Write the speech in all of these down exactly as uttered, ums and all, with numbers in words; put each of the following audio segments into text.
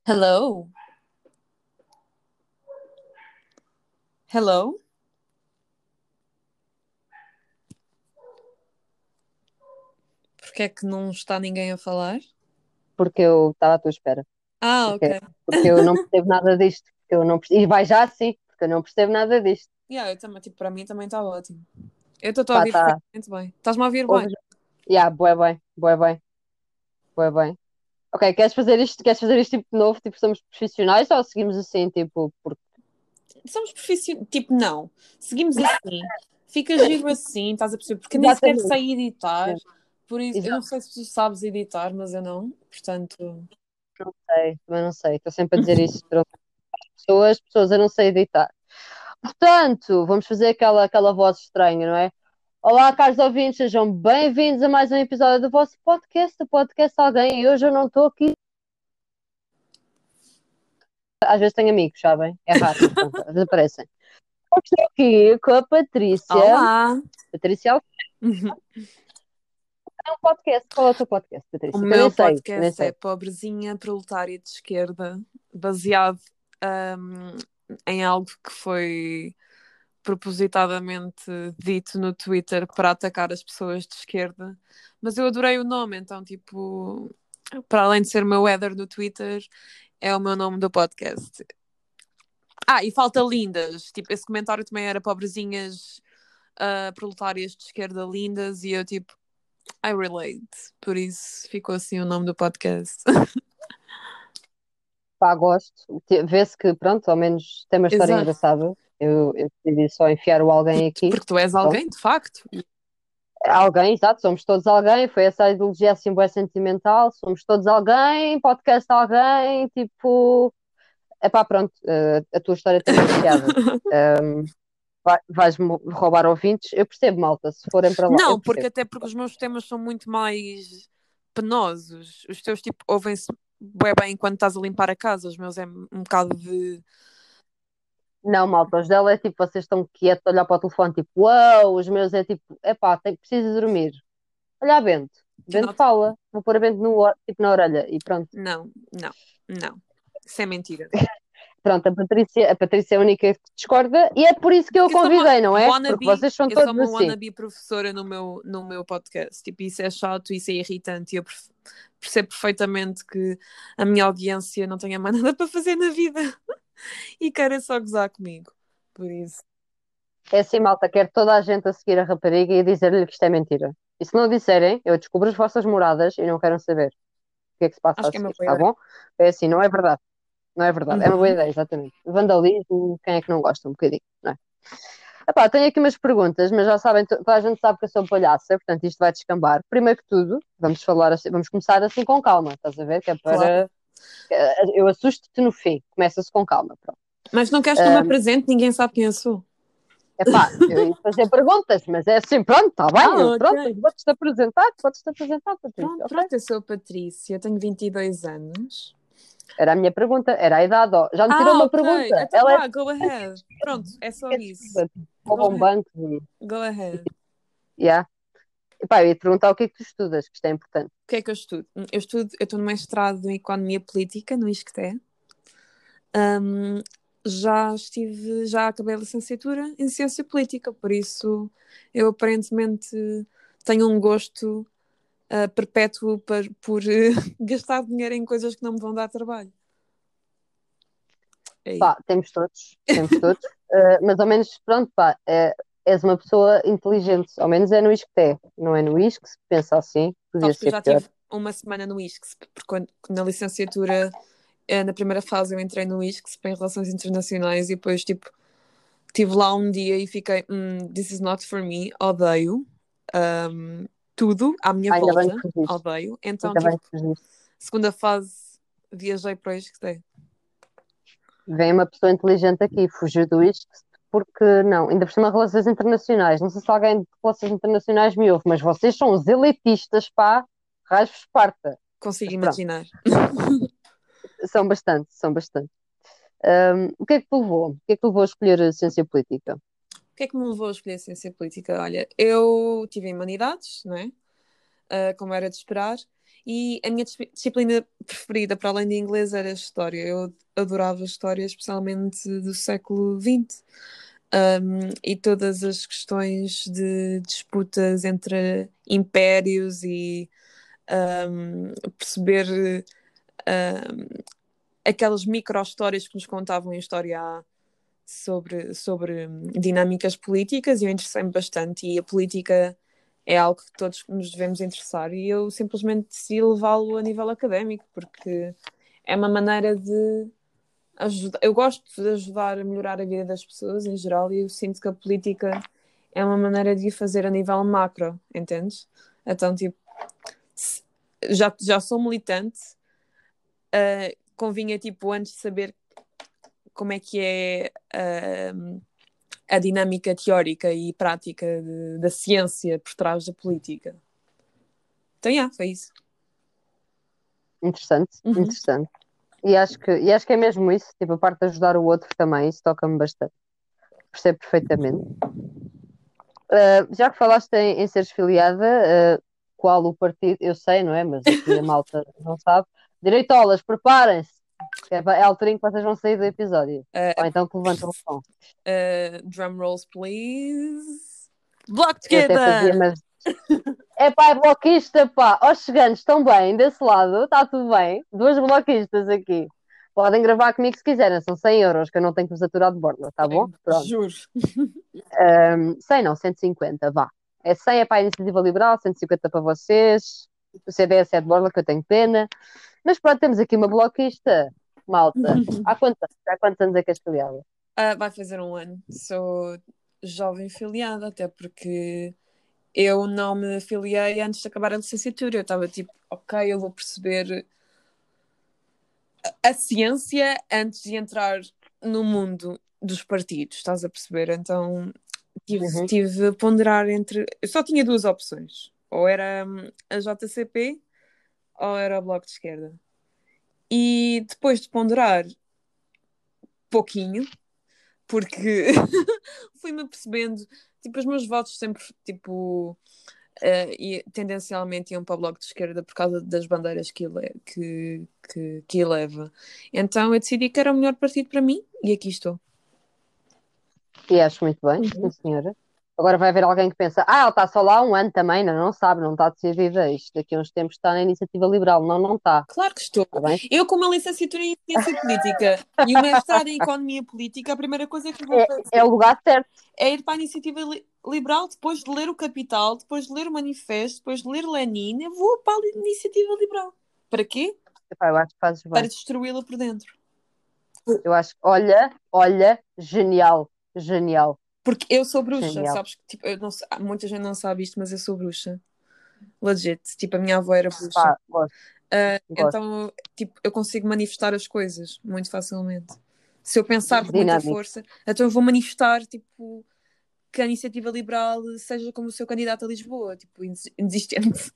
Hello? Hello? Porquê é que não está ninguém a falar? Porque eu estava à tua espera. Ah, Porque, ok. porque eu não percebo nada disto. Porque eu não percebo, e vai já assim, porque eu não percebo nada disto. Yeah, eu também, tipo, para mim também está ótimo. Eu estou a Pá, ouvir tá. perfeitamente bem. Estás-me a ouvir bem? Ouves? Ya, bué bem, bué bem, bué bem. Ok, queres fazer isto? Queres fazer isto tipo de novo? Tipo, somos profissionais ou seguimos assim, tipo, porque Somos profissionais. Tipo, não. Seguimos assim. Fica giro assim, estás a perceber? Porque nem sequer exatamente. sei editar. Por isso, eu não Exato, sei se tu sabes editar, mas eu não. Portanto. não sei, também não sei. Estou sempre a dizer isto para outras pessoas, pessoas eu não sei editar. Portanto, vamos fazer aquela, aquela voz estranha, não é? Olá, caros ouvintes, sejam bem-vindos a mais um episódio do vosso podcast, o podcast Alguém. E hoje eu não estou aqui. Às vezes tenho amigos, sabem? É raro, mas pronto, às vezes aparecem. Eu estou aqui com a Patrícia. Olá! Patrícia, é um podcast. Qual é o teu podcast, O Patrícia? Que eu nem meu sei, eu nem podcast é sei. Pobrezinha Proletária de Esquerda, baseado hum, em algo que foi propositadamente dito no Twitter para atacar as pessoas de esquerda, mas eu adorei o nome, então, tipo, para além de ser o meu header do Twitter, é o meu nome do podcast. Ah, e falta lindas, tipo, esse comentário também era pobrezinhas uh, proletárias de esquerda lindas, e eu, tipo, I relate, por isso ficou assim o nome do podcast. Pá, gosto. Te- Vê-se que, pronto, ao menos tem uma história Exato, engraçada. Eu, eu decidi só enfiar o alguém aqui. porque tu és Pronto. alguém, de facto. É alguém, exato, somos todos alguém. Foi essa a ideologia assim, boa sentimental. Somos todos alguém, podcast alguém. Tipo, é pá, pronto, eh, a tua história tem muita piada. Vai- Vais-me roubar ouvintes. Eu percebo, malta, se forem para lá, eu Não, porque percebo. até porque os meus temas são muito mais penosos. Os teus, tipo, ouvem-se bué bem enquanto estás a limpar a casa. Os meus é um bocado de... Não, malta, os dela é tipo, vocês estão quietos a olhar para o telefone, tipo, uau, os meus é tipo, epá, tenho, preciso dormir. Olha a Bento, Que Bento not... fala, vou pôr a Bento no, or- tipo, na orelha e pronto. Não, não, não. Isso é mentira. Pronto, a Patrícia, a Patrícia é a única que discorda e é por isso que eu a Porque eu sou uma convidei, não é? Porque wannabe, vocês são eu sou todos uma assim. wannabe professora no meu, no meu podcast. Tipo, isso é chato, isso é irritante. E eu perfe- percebo perfeitamente que a minha audiência não tenha mais nada para fazer na vida e queira só gozar comigo. Por isso. É assim, malta, quero toda a gente a seguir a rapariga e a dizer-lhe que isto é mentira. E se não disserem, eu descubro as vossas moradas e não quero saber o que é que se passa Acho a que é uma seguir, boa tá ideia. bom? É assim, não é verdade. Não é verdade. É uma boa Uhum. ideia, exatamente. Vandalismo, quem é que não gosta um bocadinho, não é? Epá, tenho aqui umas perguntas, mas já sabem, to- toda a gente sabe que eu sou palhaça, portanto isto vai descambar. Primeiro que tudo, vamos falar assim, vamos começar assim com calma, estás a ver? Que é Claro. para. eh, Eu assusto-te no fim, começa-se com calma, pronto. Mas não queres que eu me Ahm, apresente? Ninguém sabe quem eu sou. epá, eu ia fazer perguntas, mas é assim, pronto, está bem, eu- Ah, pronto, ok. podes-te apresentar, podes-te apresentar, Pronto, Patrícia, ok? pronto, eu sou a Patrícia, tenho vinte e dois anos. Era a minha pergunta, era a idade, ó. Já me tirou Ah, uma ok. pergunta, Então ela é vá, go ahead. Pronto, é só isso. esquecida, Go roubam ahead. bancos e, Go e ahead. tipo, yeah. Epá, eu ia te perguntar o que é que tu estudas, que isto é importante. O que é que eu estudo? Eu estudo, eu estou no mestrado em Economia Política, no ISCTE. Um, já estive, já acabei a licenciatura em Ciência Política, por isso eu aparentemente tenho um gosto uh, perpétuo por, por uh, gastar dinheiro em coisas que não me vão dar trabalho. É isso. Pá, temos todos, temos todos, eh, mas ao menos, pronto, pá, eh, és uma pessoa inteligente, ao menos é no ISCTE, não é no ISC, se pensa assim, podia Sabes que eu ser já pior. tive uma semana no ISCS, porque quando, na licenciatura, eh, na primeira fase, eu entrei no ISCS para em Relações Internacionais e depois, tipo, estive lá um dia e fiquei, "Hmm, this is not for me, odeio um, tudo à minha Ainda bem que volta, fugiste, odeio. Então, ainda bem tipo, que fugiste. segunda fase, viajei para o ISCS. Vem uma pessoa inteligente aqui, fugiu do ISC, porque não, ainda por cima relações internacionais, não sei se alguém de relações internacionais me ouve, mas vocês são os elitistas, pá, raios Esparta, Consigo mas pronto, imaginar. são bastante, são bastante. Ahm, o que é que te levou? O que é que te levou a escolher a ciência política? O que é que me levou a escolher Ciência Política? Olha, eu tive em Humanidades, não é? Uh, como era de esperar, E a minha dis- disciplina preferida, para além de inglês, era história. Eu adorava história, especialmente do século vinte. Um, e todas as questões de disputas entre impérios e um, perceber um, aquelas micro-histórias que nos contavam em História A sobre, sobre dinâmicas políticas, e eu interessei-me bastante, e a política é algo que todos nos devemos interessar, e eu simplesmente decidi levá-lo a nível académico, porque é uma maneira de ajudar. Eu gosto de ajudar a melhorar a vida das pessoas em geral, e eu sinto que a política é uma maneira de o fazer a nível macro, entendes? Então, tipo, se- já, já sou militante, uh, convinha, tipo, antes de saber como é que é uh, a dinâmica teórica e prática de- da ciência por trás da política. Então, yeah, foi isso. Interessante, Uhum. interessante. E acho que, e acho que é mesmo isso, tipo, a parte de ajudar o outro também, isso toca-me bastante. Percebo perfeitamente. Uh, já que falaste em, em seres filiada, uh, qual o partido, eu sei, não é? Mas aqui a malta não sabe. Direitolas, preparem-se, que é, pa- é a altura em que vocês vão sair do episódio. Ou Uh, então que levantam o som. uh, drum rolls, please. Bloco de Eu até fazia, esquerda! mas é pá, é bloquista, pá. Ó, chegantes, estão bem, desse lado, está tudo bem. Duas bloquistas aqui. Podem gravar comigo se quiserem, são cem euros que eu não tenho que vos aturar de borda, tá bom? Bem, Pronto. juro. Um, cem não, cento e cinquenta, vá. É cem é para a Iniciativa Liberal, cento e cinquenta para vocês. O C D S é de borda, que eu tenho pena. Mas pronto, temos aqui uma bloquista, malta. Há quantos, anos- há quantos anos é que és filiada? Uh, vai fazer um ano. Sou jovem filiada, até porque eu não me afiliei antes de acabar a licenciatura. Eu estava tipo, ok, eu vou perceber a ciência antes de entrar no mundo dos partidos, estás a perceber? Então tive, Uhum. tive a ponderar entre. Eu só tinha duas opções. Ou era hum, a J C P ou era o Bloco de Esquerda. E depois de ponderar pouquinho, porque fui-me apercebendo, tipo, os meus votos sempre, tipo, uh, e, tendencialmente iam para o Bloco de Esquerda por causa das bandeiras que, ele, que, que, que eleva. Então eu decidi que era o melhor partido para mim e aqui estou. E acho muito bem, sim, Uhum. senhora. Agora vai haver alguém que pensa, ah, ela está só lá há um ano também, não, não sabe, não está decidida. Isto daqui a uns tempos está na Iniciativa Liberal. Não, não está. Claro que estou. Está bem? Eu, com uma licenciatura em Ciência Política e uma mestrado em Economia Política, a primeira coisa que vou É, é o fazer lugar certo. é ir para a Iniciativa Li- Liberal, depois de ler o Capital, depois de ler o Manifesto, depois de ler Lenin, eu vou para a Iniciativa Liberal. Para quê? Epá, eu acho que fazes Para bem. destruí-la por dentro. Eu acho, olha, olha, genial, genial, Porque eu sou bruxa, genial. sabes? Tipo, eu não, sei- muita gente não sabe isto, mas eu sou bruxa. Legit. Tipo, a minha avó era bruxa. Pá, gosto, Ah, gosto. então, tipo, eu consigo manifestar as coisas muito facilmente. Se eu pensar com muita Dinâmico. força, então eu vou manifestar, tipo, que a iniciativa liberal seja como o seu candidato a Lisboa, tipo, ines- inexistente.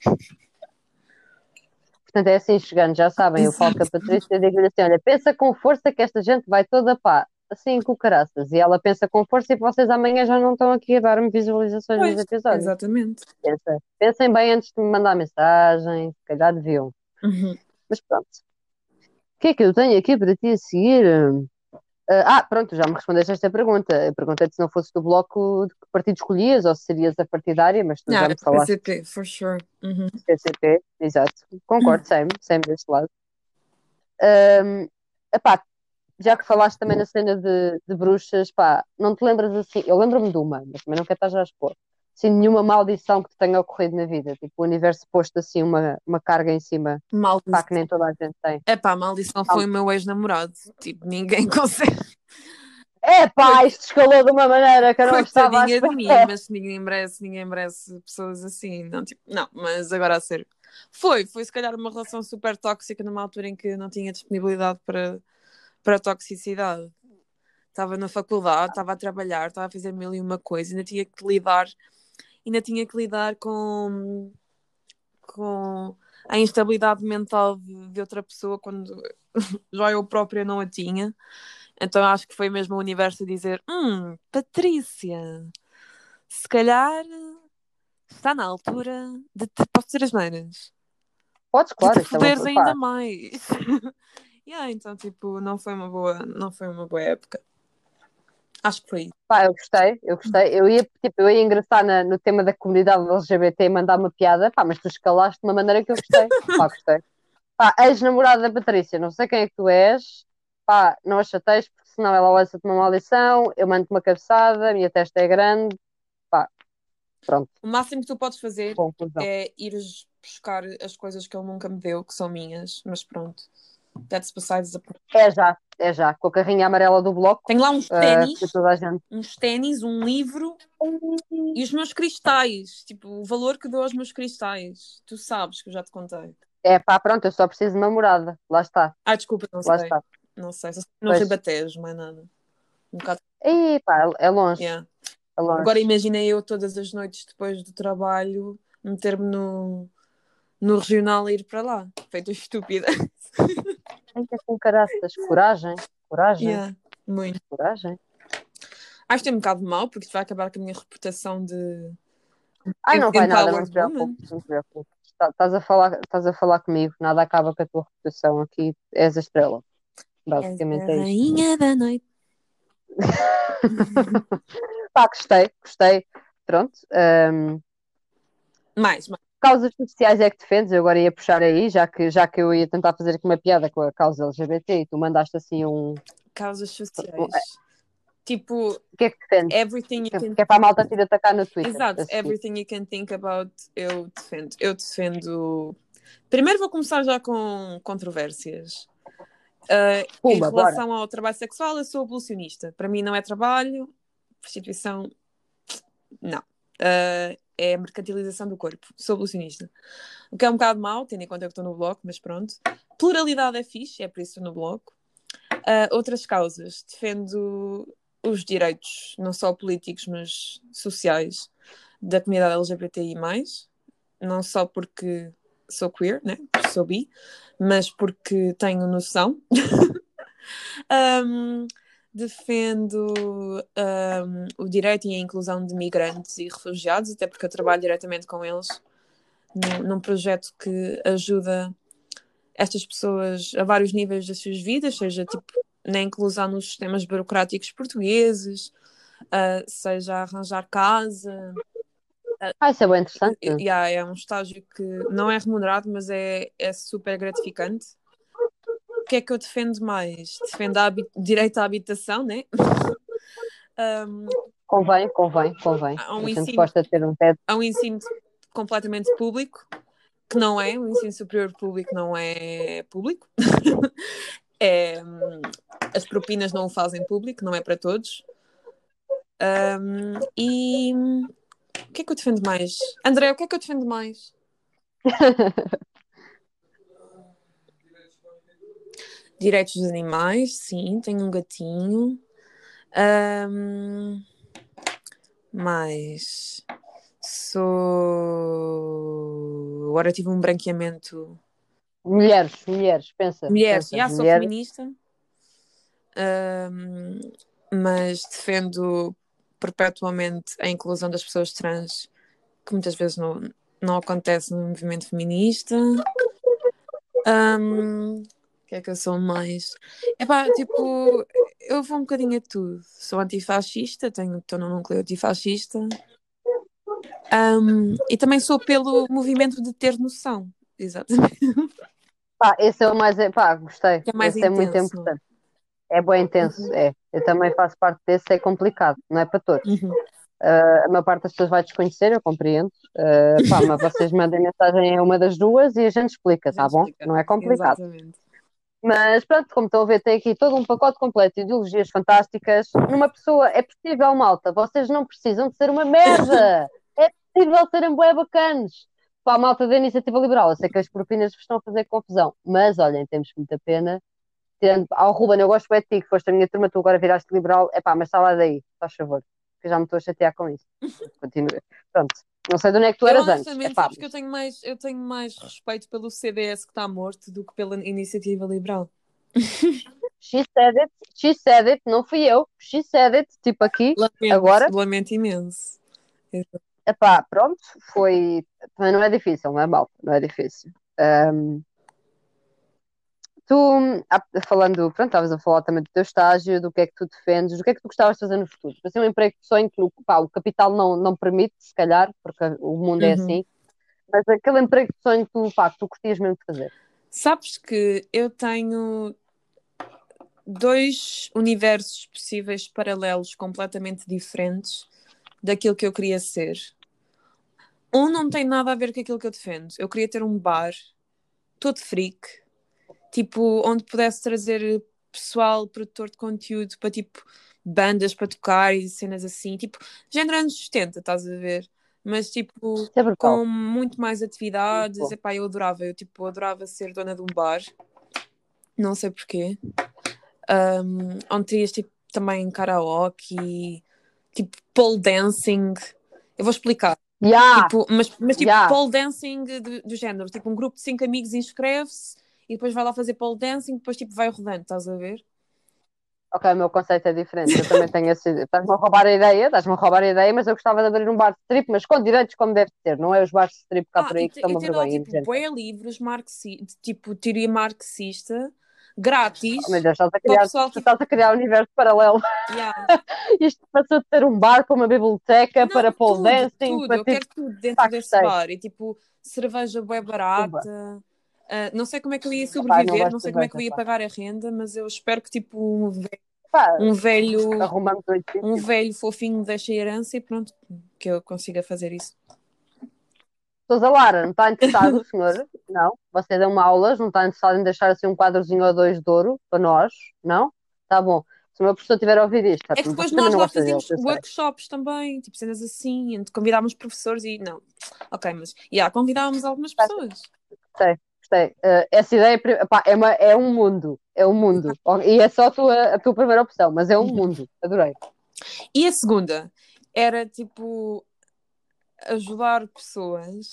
Portanto, é assim, chegando, já sabem, eu falo com a Exato. Patrícia e digo-lhe assim: olha, pensa com força que esta gente vai toda pá, assim com caraças. E ela pensa com força e vocês amanhã já não estão aqui a dar-me visualizações dos Pois, episódios. exatamente. Pensa, pensem bem antes de me mandar mensagem, se calhar deviam. Uhum. Mas pronto. O que é que eu tenho aqui para ti a seguir? Ah, ah, pronto, já me respondeste esta pergunta. Eu perguntei-te se não fosses do bloco de que partido escolhias ou se serias a partidária, mas tu já Ah, me falaste P C P, for sure. Uhum. de P C P, exato. Concordo, sempre, sempre deste lado. Ahm, epá, já que falaste também na cena de, de bruxas, pá, não te lembras assim? Eu lembro-me de uma, mas também não quero estar já a expor. Assim, nenhuma maldição que te tenha ocorrido na vida, tipo, o universo posto assim uma, uma carga em cima, pá, que Maldição. nem toda a gente tem. Epá, maldição foi o meu ex-namorado. Tipo, ninguém consegue. É pá, Coit- isto escalou de uma maneira que eu não estava à Coitadinha de mim, espera. mas ninguém merece, ninguém merece pessoas assim. Não, tipo, não, mas agora a sério. Foi, foi se calhar uma relação super tóxica numa altura em que não tinha disponibilidade para, para toxicidade. Estava na faculdade, estava a trabalhar, estava a fazer mil e uma coisa, ainda tinha que lidar, ainda tinha que lidar com, com a instabilidade mental de, de outra pessoa quando já eu própria não a tinha. Então acho que foi mesmo o universo a dizer: Hum, Patrícia, se calhar está na altura de te posso dizer as neiras. Podes, de te claro, isto é uma. foderes ainda Pá, mais. Yeah, então, tipo, não foi uma boa, não foi uma boa época. Acho que foi isso. pá, eu gostei, eu gostei. Eu ia, tipo, eu ia ingressar na- no tema da comunidade L G B T e mandar uma piada, pá, mas tu escalaste de uma maneira que eu gostei. Pá, gostei. Pá, ex-namorada da Patrícia, não sei quem é que tu és, pá, não a chateies, porque senão ela lança-te uma maldição, eu mando-te uma cabeçada, a minha testa é grande, pá, pronto, O máximo que tu podes fazer conclusão. é ires buscar as coisas que ele nunca me deu, que são minhas, mas pronto. That's besides the point. É já, é já, com a carrinha amarela do bloco, Tenho lá uns uh, ténis, que toda a gente. uns ténis, um livro e os meus cristais. Tipo, o valor que dou aos meus cristais. Tu sabes que eu já te contei. É pá, pronto, eu só preciso de uma morada, lá está, Ah, desculpa, não lá sei. está. Não sei. Só sei no Pois, Ribatejo, mais nada. Um bocado. aí pá, é longe, Yeah. é Agora longe. imagina eu todas as noites depois do trabalho meter-me no, no regional e ir para lá. Feito estúpida. Ai, que é com caraças, coragem, coragem, Yeah, muito. coragem. Acho que é um bocado mau, porque isso vai acabar com a minha reputação de Ai, em- não vai nada, não empowered te woman. preocupes, não te preocupes. Tá- Estás a falar, estás a falar comigo, nada acaba com a tua reputação aqui, és a estrela. És a Basicamente é isto. rainha da noite. Pá, gostei, gostei. Pronto. hum, Mais, mais. causas sociais é que defendes, eu agora ia puxar aí, já que, já que eu ia tentar fazer aqui uma piada com a causa L G B T e tu mandaste assim um. Causas um- é, sociais. Tipo, o que é que defendes? everything you Que, can. que é para a malta te ir atacar no Twitter. Exato, A seguir. everything you can think about, eu defendo. Eu defendo. Primeiro vou começar já com controvérsias. Uh, em Pumba, bora. relação ao trabalho sexual, eu sou abolicionista. Para mim não é trabalho, prostituição, não. Uh, é a mercantilização do corpo. Sou abolicionista. O que é um bocado mau, tendo em conta que estou no bloco, mas pronto. Pluralidade é fixe, é por isso que estou no bloco. Uh, outras causas. Defendo os direitos, não só políticos, mas sociais, da comunidade L G B T I mais. Não só porque sou queer, né? Sou bi, mas porque tenho noção. um, defendo um, o direito e a inclusão de migrantes e refugiados, até porque eu trabalho diretamente com eles num, num projeto que ajuda estas pessoas a vários níveis das suas vidas, seja tipo na inclusão nos sistemas burocráticos portugueses, uh, seja a arranjar casa. Ah, isso é bem interessante. Uh, yeah, é um estágio que não é remunerado, mas é, é super gratificante. O que é que eu defendo mais? Defendo o direito à habitação, né? um, Convém, convém, convém. há um A gente ensino, gosta de ter um teto. há um ensino completamente público, que não é, o ensino superior público não é público. É, as propinas não o fazem público, não é para todos. Um, e o que é que eu defendo mais? André, o que é que eu defendo mais? Direitos dos animais, sim, tenho um gatinho. Um, mais sou. Agora tive um branqueamento. Mulheres, mulheres, pensa, Mulheres, pensa, já sou mulheres. feminista, um, mas defendo perpetuamente a inclusão das pessoas trans, que muitas vezes não, não acontece no movimento feminista. Um, o que é que eu sou mais? Epá, tipo, eu vou um bocadinho a tudo. Sou antifascista, tenho, estou no núcleo antifascista. Um, e também sou pelo movimento de ter noção. Exatamente. Pá, esse é o mais. Pá, gostei. Que é mais Esse é muito intenso, não importante. É bem é? intenso, Uhum. é. Eu também faço parte desse, é complicado, não é para todos. Uhum. Uh, a maior parte das pessoas vai desconhecer, eu compreendo. Uh, pá, mas vocês mandem mensagem a uma das duas e a gente explica, A tá gente bom? explica. Não é complicado. Exatamente. Mas pronto, como estão a ver, tem aqui todo um pacote completo de ideologias fantásticas. Numa pessoa é possível, malta. Vocês não precisam de ser uma merda. É possível serem bué bacanos. Para a malta da Iniciativa Liberal, eu sei que as propinas vos estão a fazer confusão, mas olhem, temos muita pena. Tirando ao Ruben, eu gosto bem de ti, que foste a minha turma, tu agora viraste liberal. É pá, mas está lá daí, faz favor, que eu já me estou a chatear com isso. Continua. Pronto, não sei de onde é que tu Eu eras antes. É honestamente, pá, sabes que eu tenho mais, eu tenho mais respeito pelo C D S que está morto do que pela iniciativa liberal. she said it, she said it, não fui eu, she said it, tipo aqui, Lamento, agora. lamento imenso. Epá, pronto, foi. Também não é difícil, não é malta, não é difícil. Um, tu, ah, falando, pronto, estavas a falar também do teu estágio, do que é que tu defendes, do que é que tu gostavas de fazer no futuro. Para ser um emprego de sonho que pá, o capital não, não permite, se calhar, porque o mundo é Uhum. assim, mas aquele emprego de sonho que tu, pá, que tu curtias mesmo de fazer. Sabes que eu tenho dois universos possíveis paralelos completamente diferentes daquilo que eu queria ser. Um não tem nada a ver com aquilo que eu defendo. Eu queria ter um bar todo freak, tipo, onde pudesse trazer pessoal, produtor de conteúdo para tipo bandas para tocar e cenas assim, tipo, género anos setenta, estás a ver? Mas tipo, Isso é brutal. com muito mais Muito atividades, bom. epá, eu adorava, eu tipo, adorava ser dona de um bar, não sei porquê. Um, onde terias tipo também karaoke, tipo pole dancing. Eu vou explicar. Ya, Tipo, mas, mas tipo ya. pole dancing do, do género, tipo um grupo de cinco amigos inscreve-se e depois vai lá fazer pole dancing, depois tipo vai rodando, estás a ver? Ok, o meu conceito é diferente. Eu também tenho esse. Estás-me a roubar a ideia, estás-me a roubar a ideia, mas eu gostava de abrir um bar de strip, mas com direitos como deve ser. Não é os bares de strip cá Ah, por e, aí que te- são e uma ter lá vergonha, tipo gente. bué livros marxi de, tipo teoria marxista Oh, meu grátis Deus, estás a para o criar, pessoal tu tipo, estás a criar um universo paralelo. yeah. Isto passou de ter um bar para uma biblioteca, Não, para pole tudo, dancing, tudo. para Eu tipo. quero tudo dentro Pá, desse gostei. bar. E tipo, cerveja bué Pumba. barata. Ah, não sei como é que eu ia Pá, não sobreviver, gosto não de sei como é que eu cerveja, ia pá. pagar a renda, mas eu espero que tipo um, ve- Pá, um velho, arrumamos oito um sítios. velho fofinho deixe a herança e pronto, que eu consiga fazer isso. Sousa Lara, não está interessado, senhor? Não. Você deu uma aulas, não está interessado em deixar assim um quadrozinho ou dois de ouro para nós? Não? Tá bom. Se o meu professor tiver a ouvir isto, É que depois você também nós não lá gosta dele, fazíamos eu sei. workshops também, tipo cenas assim, onde convidávamos professores e não. Ok, mas yeah, convidávamos algumas pessoas. Gostei, gostei. Eh, essa ideia pri- epá, é, uma, é um mundo, é um mundo. Oh, e é só a tua, a tua primeira opção, mas é um mundo. Adorei. E a segunda era tipo ajudar pessoas.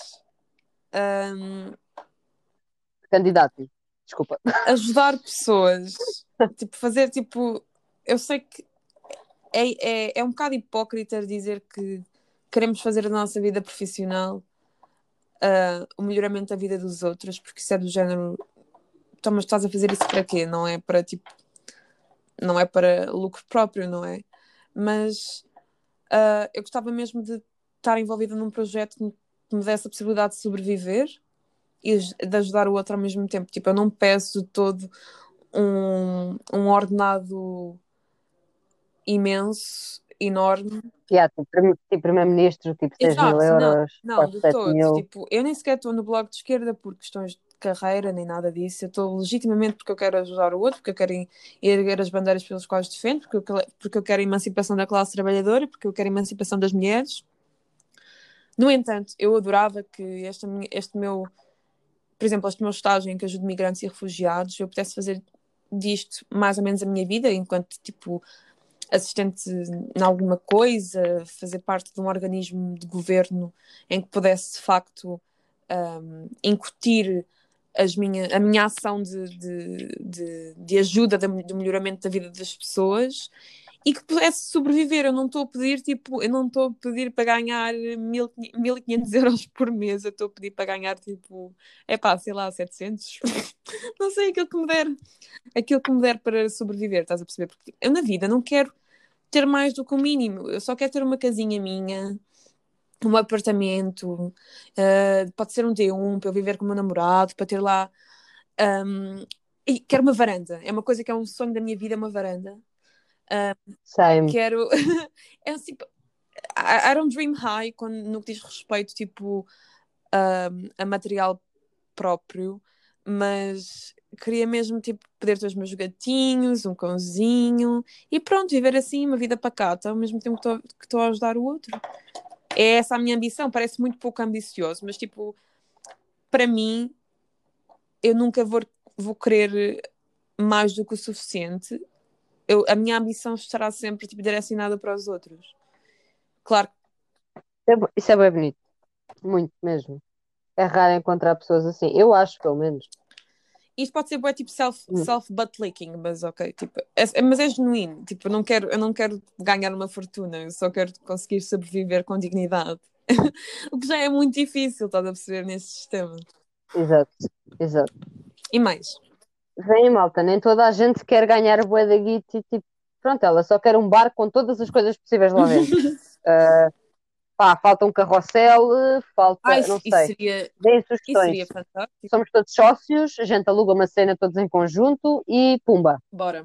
hum, Candidato. Desculpa. ajudar pessoas, tipo, fazer tipo. Eu sei que é, é, é um bocado hipócrita dizer que queremos fazer da nossa vida profissional uh, o melhoramento da vida dos outros, porque isso é do género. Então, mas estás a fazer isso para quê? Não é para tipo. Não é para lucro próprio, não é? Mas uh, eu gostava mesmo de estar envolvida num projeto que me, que me desse a possibilidade de sobreviver e de ajudar o outro ao mesmo tempo. Tipo, eu não peço de todo um, um ordenado imenso, enorme. Yeah, tipo, prim- tipo primeiro-ministro, tipo seis mil Exato, não, euros, não, quase de sete todo. mil. Tipo, eu nem sequer estou no blog de esquerda por questões de carreira nem nada disso. Eu estou legitimamente porque eu quero ajudar o outro, porque eu quero erguer as bandeiras pelas quais defendo, porque eu, quero- porque eu quero a emancipação da classe trabalhadora, porque eu quero a emancipação das mulheres. No entanto, eu adorava que este, este meu, por exemplo, este meu estágio em que ajudo migrantes e refugiados, eu pudesse fazer disto mais ou menos a minha vida, enquanto tipo assistente em alguma coisa, fazer parte de um organismo de governo em que pudesse de facto um, incutir as minha, a minha ação de, de, de, de ajuda do melhoramento da vida das pessoas e que pudesse sobreviver. Eu não estou a pedir, tipo, eu não estou a pedir para ganhar mil, mil e quinhentos euros por mês, eu estou a pedir para ganhar, tipo, é pá, sei lá, setecentos. Não sei, aquilo que me der, aquilo que me der para sobreviver, estás a perceber? Porque eu na vida não quero ter mais do que o mínimo, eu só quero ter uma casinha minha, um apartamento, uh, pode ser um D um para eu viver com o meu namorado, para ter lá. Um, e quero uma varanda, é uma coisa que é um sonho da minha vida, é uma varanda. Uh, Same. quero. é assim, I, I don't dream high quando, no que diz respeito tipo, um, a material próprio, mas queria mesmo tipo, poder ter os meus gatinhos, um cãozinho e pronto, viver assim uma vida pacata ao mesmo tempo que estou a ajudar o outro. É essa a minha ambição, parece muito pouco ambicioso, mas tipo, para mim, eu nunca vou, vou querer mais do que o suficiente. Eu, a minha ambição estará sempre tipo, direcionada para os outros. Claro, Isso é, bo- isso é bem bonito. Muito mesmo. É raro encontrar pessoas assim. Eu acho, pelo menos. isto pode ser bué, tipo self, Hum. self butt licking, mas ok, tipo, é, mas é genuíno, tipo, eu não quero, eu não quero ganhar uma fortuna, eu só quero conseguir sobreviver com dignidade. O que já é muito difícil, estás a perceber, nesse sistema. Exato, exato. E mais? Vem, malta, nem toda a gente quer ganhar bué da guita e tipo, pronto, ela só quer um barco com todas as coisas possíveis lá dentro. Uh, pá, falta um carrossel, Ai, falta, não isso isso sei, seria, deem isso sugestões. seria fantástico. Somos todos sócios, a gente aluga uma cena todos em conjunto e pumba, Bora.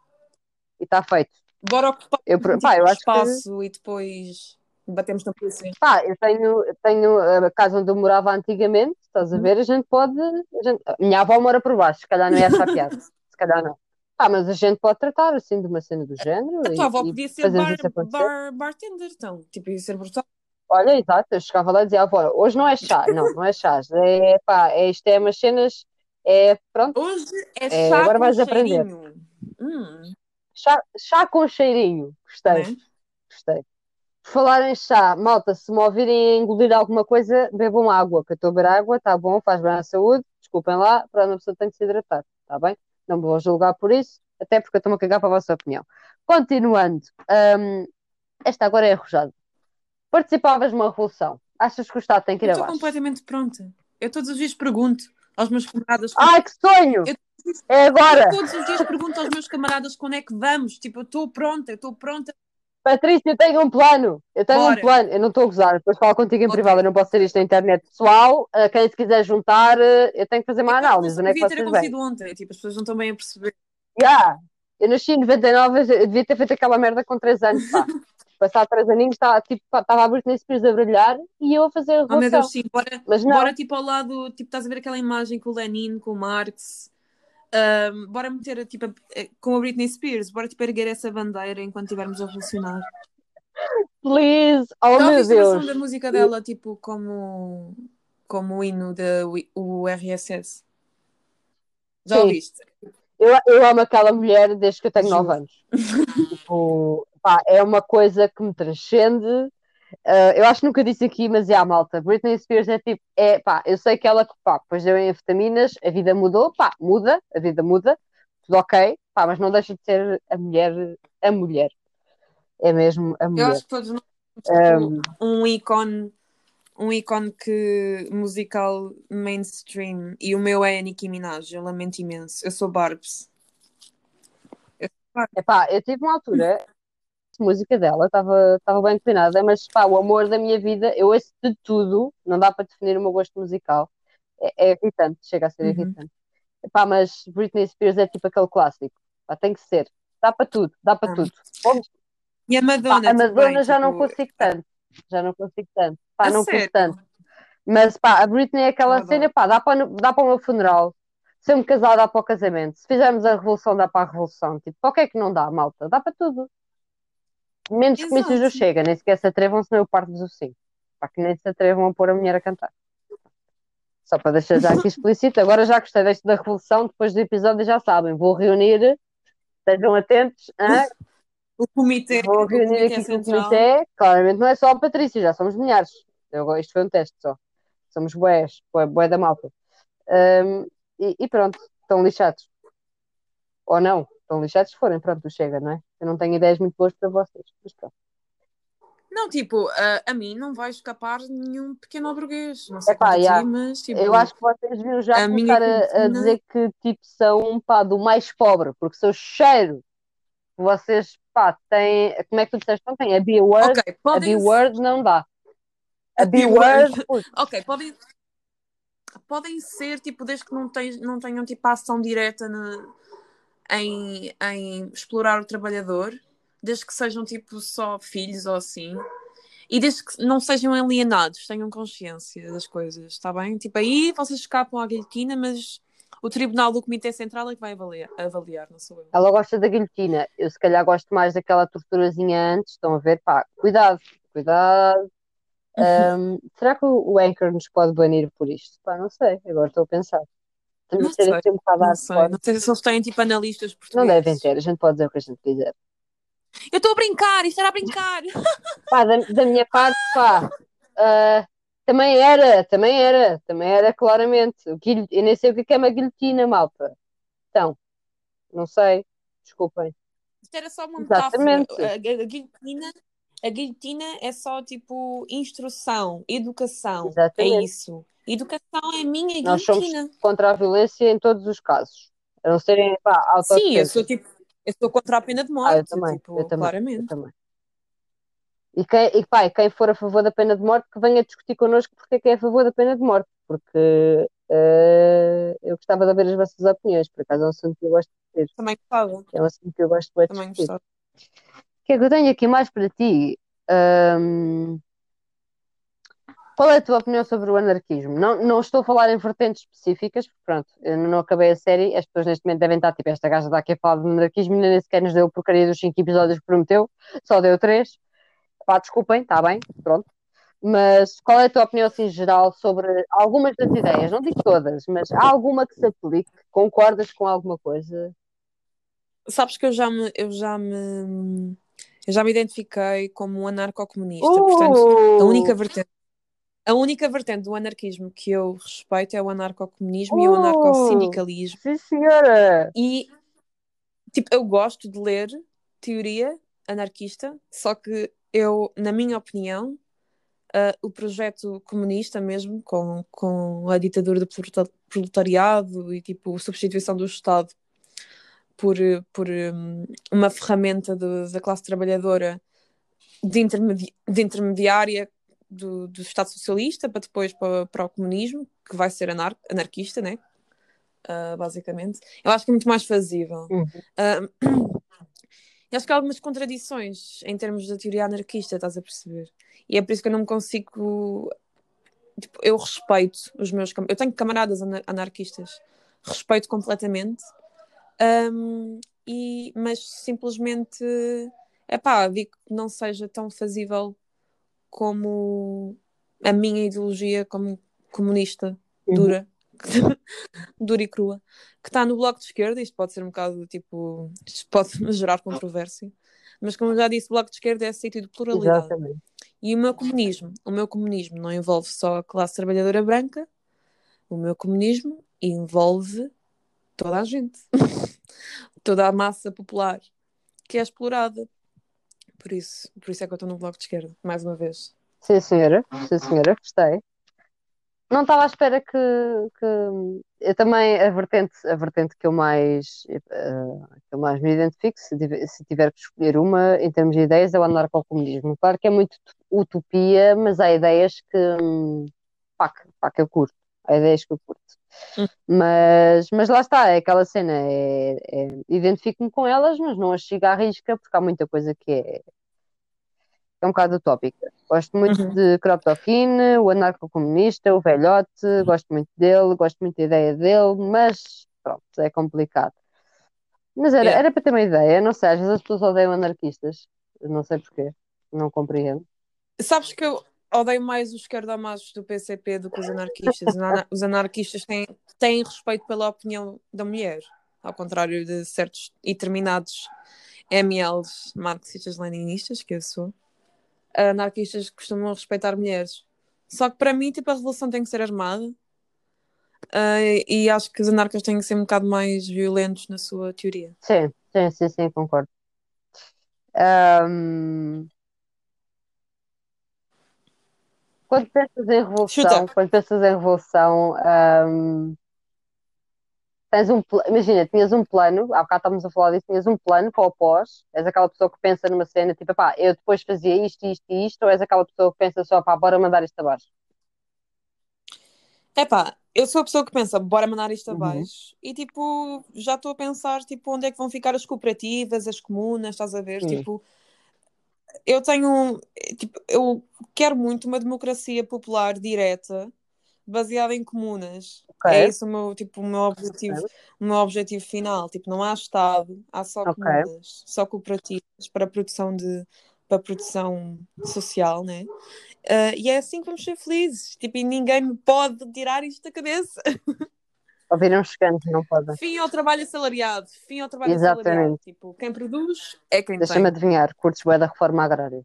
e está feito. Bora ocupar Eu, tipo pá, eu acho que, espaço e depois batemos na polícia. pá, eu tenho, tenho a casa onde eu morava antigamente, estás a ver, a gente pode, a gente, a minha avó mora por baixo, se calhar não ia achar piada, se calhar não. Pá, mas a gente pode tratar assim de uma cena do género A tua e, avó e podia ser fazemos bar, isso acontecer. bar, bartender, então. Tipo, ia ser brutal. Olha, exato, eu chegava lá e dizia, avó, hoje não é chá, não, não é chás, é pá, é, isto é umas cenas, é, pronto, Hoje é é, chá agora com vais aprender. cheirinho. Hum, Chá, chá com cheirinho, gostei, né? gostei. Por falar em chá, malta, se me ouvirem engolir alguma coisa, bebam água, que eu estou a beber água, tá bom, faz bem à saúde, desculpem lá, para uma pessoa tem que se hidratar, tá bem? Não me vou julgar por isso, até porque eu estou-me a cagar para a vossa opinião. Continuando, hum, esta agora é arrojada. Participavas numa revolução, achas que o Estado tem que Eu ir estou abaixo? completamente pronta. Eu todos os dias pergunto aos meus camaradas quando... Ai, que sonho! eu, É eu agora! todos os dias pergunto aos meus camaradas quando é que vamos. Tipo, eu estou pronta, eu estou pronta. Patrícia, eu tenho um plano. Eu tenho um Bora. plano. Eu não estou a gozar. Depois falo contigo em Ok. privado. Eu não posso ser isto na internet pessoal. Uh, quem se quiser juntar, uh, eu tenho que fazer Eu uma a análise. revolução Onde é que devia ter vocês vêm? acontecido ontem. Tipo, as pessoas não estão bem a perceber. Yeah. Eu nasci em noventa e nove. Eu devia ter feito aquela merda com três anos, pá. Passar três aninhos, estava tipo, a Britney Spears a brilhar e eu a fazer a Oh meu Deus, revolução. sim. Bora, Mas bora não. tipo ao lado. Tipo, estás a ver aquela imagem com o Lenin, com o Marx. Ahm, bora meter tipo a- eh, com a Britney Spears. Bora tipo erguer essa bandeira enquanto estivermos a revolucionar. Please. Oh, Já meu ouviste a versão Deus. da música dela, tipo, como, como o hino da o R S S? Já Sim. ouviste? Eu, eu amo aquela mulher desde que eu tenho nove Juro. anos. Tipo, pá, é uma coisa que me transcende. Uh, eu acho que nunca disse aqui, mas é a malta. Britney Spears é tipo, é pá, eu sei que ela, pá, depois deu em anfetaminas, a vida mudou, pá, muda, a vida muda, tudo ok, pá, mas não deixa de ser a mulher, a mulher, é mesmo a Eu mulher. acho que todos nós temos, tipo, Um, um ícone, um ícone que musical mainstream. E o meu é a Nicki Minaj. Eu lamento imenso. Eu sou Barbs. Eu sou Barbs. epá, eu tive uma altura, a música dela estava estava bem inclinada, mas pá, o amor da minha vida, eu ouço de tudo, não dá para definir o meu gosto musical. É, é irritante, chega a ser Uhum. irritante. Epá, mas Britney Spears é tipo aquele clássico. Pá, tem que ser. Dá para tudo, dá para Amo. tudo. Vamos- E a pá, a Madonna também, Madonna já não tipo, consigo tanto. Já não consigo tanto. Pá, a não curto tanto. sério. Mas pá, a Britney é Eu aquela cena, adoro. pá, dá para, dá para o meu funeral. Se eu me casar, dá para o casamento. Se fizermos a revolução, dá para a revolução. Tipo, para o que é que não dá, malta? Dá para tudo. Menos comícios do Exato. Chega, nem sequer se atrevam, senão eu parto-vos o cinto. Pá, que nem se atrevam a pôr a mulher a cantar. Só para deixar já aqui explícito. Agora já gostei deste da revolução, depois do episódio já sabem. Vou reunir, estejam atentos, hã? O comitê, Vou o reunir comitê aqui com o central. comitê. Claramente não é só a Patrícia, já somos milhares. Eu, isto foi um teste só. Somos bués, bué, bué da malta. Hum, e, e pronto, estão lixados. Ou não, estão lixados se forem, pronto, chega, não é? Eu não tenho ideias muito boas para vocês, mas pronto. Não, tipo, a, a mim não vai escapar nenhum pequeno burguês. Não sei Epá, quanto a ti, já. mas, Eu tipo, acho que vocês deviam já a minha começar a, a cantina. dizer que tipo são pá, do mais pobre, porque se eu cheiro que vocês pá, têm. Como é que tu disseste ontem? A Ok, B-word, a podem. B-word não dá. A A B-word. B-word, putz, Ok, podem, podem ser, tipo, desde que não, tens, não tenham, tipo, ação direta na- em, em explorar o trabalhador, desde que sejam, tipo, só filhos ou assim. E desde que não sejam alienados, tenham consciência das coisas, está bem? Tipo, aí vocês escapam à guilhotina, mas o Tribunal do Comitê Central é que vai avaliar, avaliar, não sou eu. ela gosta da guilhotina. Eu se calhar gosto mais daquela torturazinha antes. Estão a ver? Pá, cuidado, cuidado. Ahm, será que o, o Anchor nos pode banir por isto? Pá, não sei, agora estou a pensar. Estamos Não a ser sei, assim um bocado não sei. hardcore. Não sei se eles têm tipo analistas Não devem portugueses. ter, a gente pode dizer o que a gente quiser. Eu estou a brincar, isto era a brincar. Pá, da, da minha parte, pá, ah, também era, também era, também era claramente. O guilho- eu nem sei o que é que é uma guilhotina, malta. Então, não sei, desculpem. Isto era só uma metáfora. Exatamente, A, a, a guilhotina, a guilhotina é só tipo instrução, educação. É exatamente. isso. Educação é minha Nós somos guilhotina. contra a violência em todos os casos. A não serem, pá, Sim, eu autodefesa. sou tipo, eu sou contra a pena de Ah, eu morte, também, eu tipo, também, eu claramente. também. E quem, e, pá, e quem for a favor da pena de morte, que venha discutir connosco porque é que é a favor da pena de morte. Porque eh, eu gostava de ouvir as vossas opiniões, por acaso é um assunto que eu gosto de discutir. Também gostava, É um assunto que eu gosto de também discutir. gostava. O que é que eu tenho aqui mais para ti? Ahm, qual é a tua opinião sobre o anarquismo? Não, não estou a falar em vertentes específicas, porque pronto, eu não acabei a série, as pessoas neste momento devem estar tipo, esta gaja está aqui a falar de anarquismo e nem sequer nos deu a porcaria dos cinco episódios que prometeu, só deu três. Pá, desculpem, está bem, pronto. Mas qual é a tua opinião assim geral sobre algumas das ideias? Não digo todas, mas há alguma que se aplique? Concordas com alguma coisa? Sabes que eu já me, eu já me, eu já me identifiquei como um anarcocomunista, portanto, a única Uh! vertente, a única vertente do anarquismo que eu respeito é o anarcocomunismo e o Uh! anarcossindicalismo. Sim, senhora! E, tipo, eu gosto de ler teoria anarquista, só que eu, na minha opinião, uh, o projeto comunista mesmo, com, com a ditadura do proletariado e, tipo, a substituição do Estado por, por um, uma ferramenta de, da classe trabalhadora de, intermedi de intermediária do, do Estado Socialista para depois para, para o comunismo, que vai ser anar anarquista, né? Uh, basicamente. Eu acho que é muito mais fazível. Uhum. Uh, eu acho que há algumas contradições em termos da teoria anarquista, estás a perceber? E é por isso que eu não me consigo. Tipo, eu respeito os meus. Eu tenho camaradas anar anarquistas, respeito completamente, um, e, mas simplesmente. Epá, digo que não seja tão fazível como a minha ideologia como comunista Uhum. dura, dura e crua, que está no Bloco de Esquerda. Isto pode ser um bocado tipo, isto pode gerar controvérsia, mas como eu já disse, o Bloco de Esquerda é sítio de pluralidade. Exatamente. E o meu comunismo, o meu comunismo não envolve só a classe trabalhadora branca, o meu comunismo envolve toda a gente, toda a massa popular que é explorada. Por isso, por isso é que eu estou no Bloco de Esquerda, mais uma vez. Sim, senhora. Sim, senhora. Gostei. Não estava à espera que, que eu também a vertente, a vertente que eu mais eh, que eu mais me identifico, se tiver, se tiver que escolher uma em termos de ideias, é o anarcocomunismo. Claro que é muito utopia, mas há ideias que, hum, pá, que, pá, que eu curto. Há ideias que eu curto. Hum, Mas, mas lá está, é aquela cena, é, é- identifico-me com elas, mas não as sigo à risca, porque há muita coisa que é, é um bocado utópica. Gosto muito uhum. de Kropotkin, o anarco-comunista, o velhote, gosto muito dele, gosto muito da ideia dele, mas pronto, é complicado. Mas era, Yeah. era para ter uma ideia, não sei, às vezes as pessoas odeiam anarquistas, eu não sei porquê, não compreendo. Sabes que eu odeio mais os esquerdomasos do P C P do que os anarquistas. Os ana- os anarquistas têm, têm respeito pela opinião da mulher, ao contrário de certos e determinados M Ls marxistas-leninistas, que eu sou. Anarquistas costumam respeitar mulheres. Só que para mim, tipo, a revolução tem que ser armada, ah, e acho que os anarcas têm que ser um bocado mais violentos na sua teoria. Sim, sim, sim, sim, concordo. Ahm, quando pensas em Chuta! revolução, quando pensas em revolução, ahm, tens um, pla- imagina, tinhas um plano, há bocado estávamos a falar disso, tinhas um plano para o pós, és aquela pessoa que pensa numa cena, tipo, pá, eu depois fazia isto, isto e isto, ou és aquela pessoa que pensa só, pá, bora mandar isto abaixo? Epá, eu sou a pessoa que pensa, bora mandar isto Uhum. abaixo. E tipo, já estou a pensar, tipo, onde é que vão ficar as cooperativas, as comunas, estás a ver? Hum. Tipo, eu tenho, tipo, eu quero muito uma democracia popular direta, baseada em comunas. É Ok, esse o meu, tipo, o meu objetivo, ok, o meu objetivo final. Tipo, não há Estado, há só ok. comunas, só cooperativas para produção de, para produção social, né? Ah, e é assim que vamos ser felizes. Tipo, e ninguém me pode tirar isto da cabeça. Ouviram chegando, não podem. Fim ao trabalho assalariado. Fim ao trabalho assalariado. Exatamente. Tipo, quem produz é quem Deixa-me tem. adivinhar, curtes bué da reforma agrária.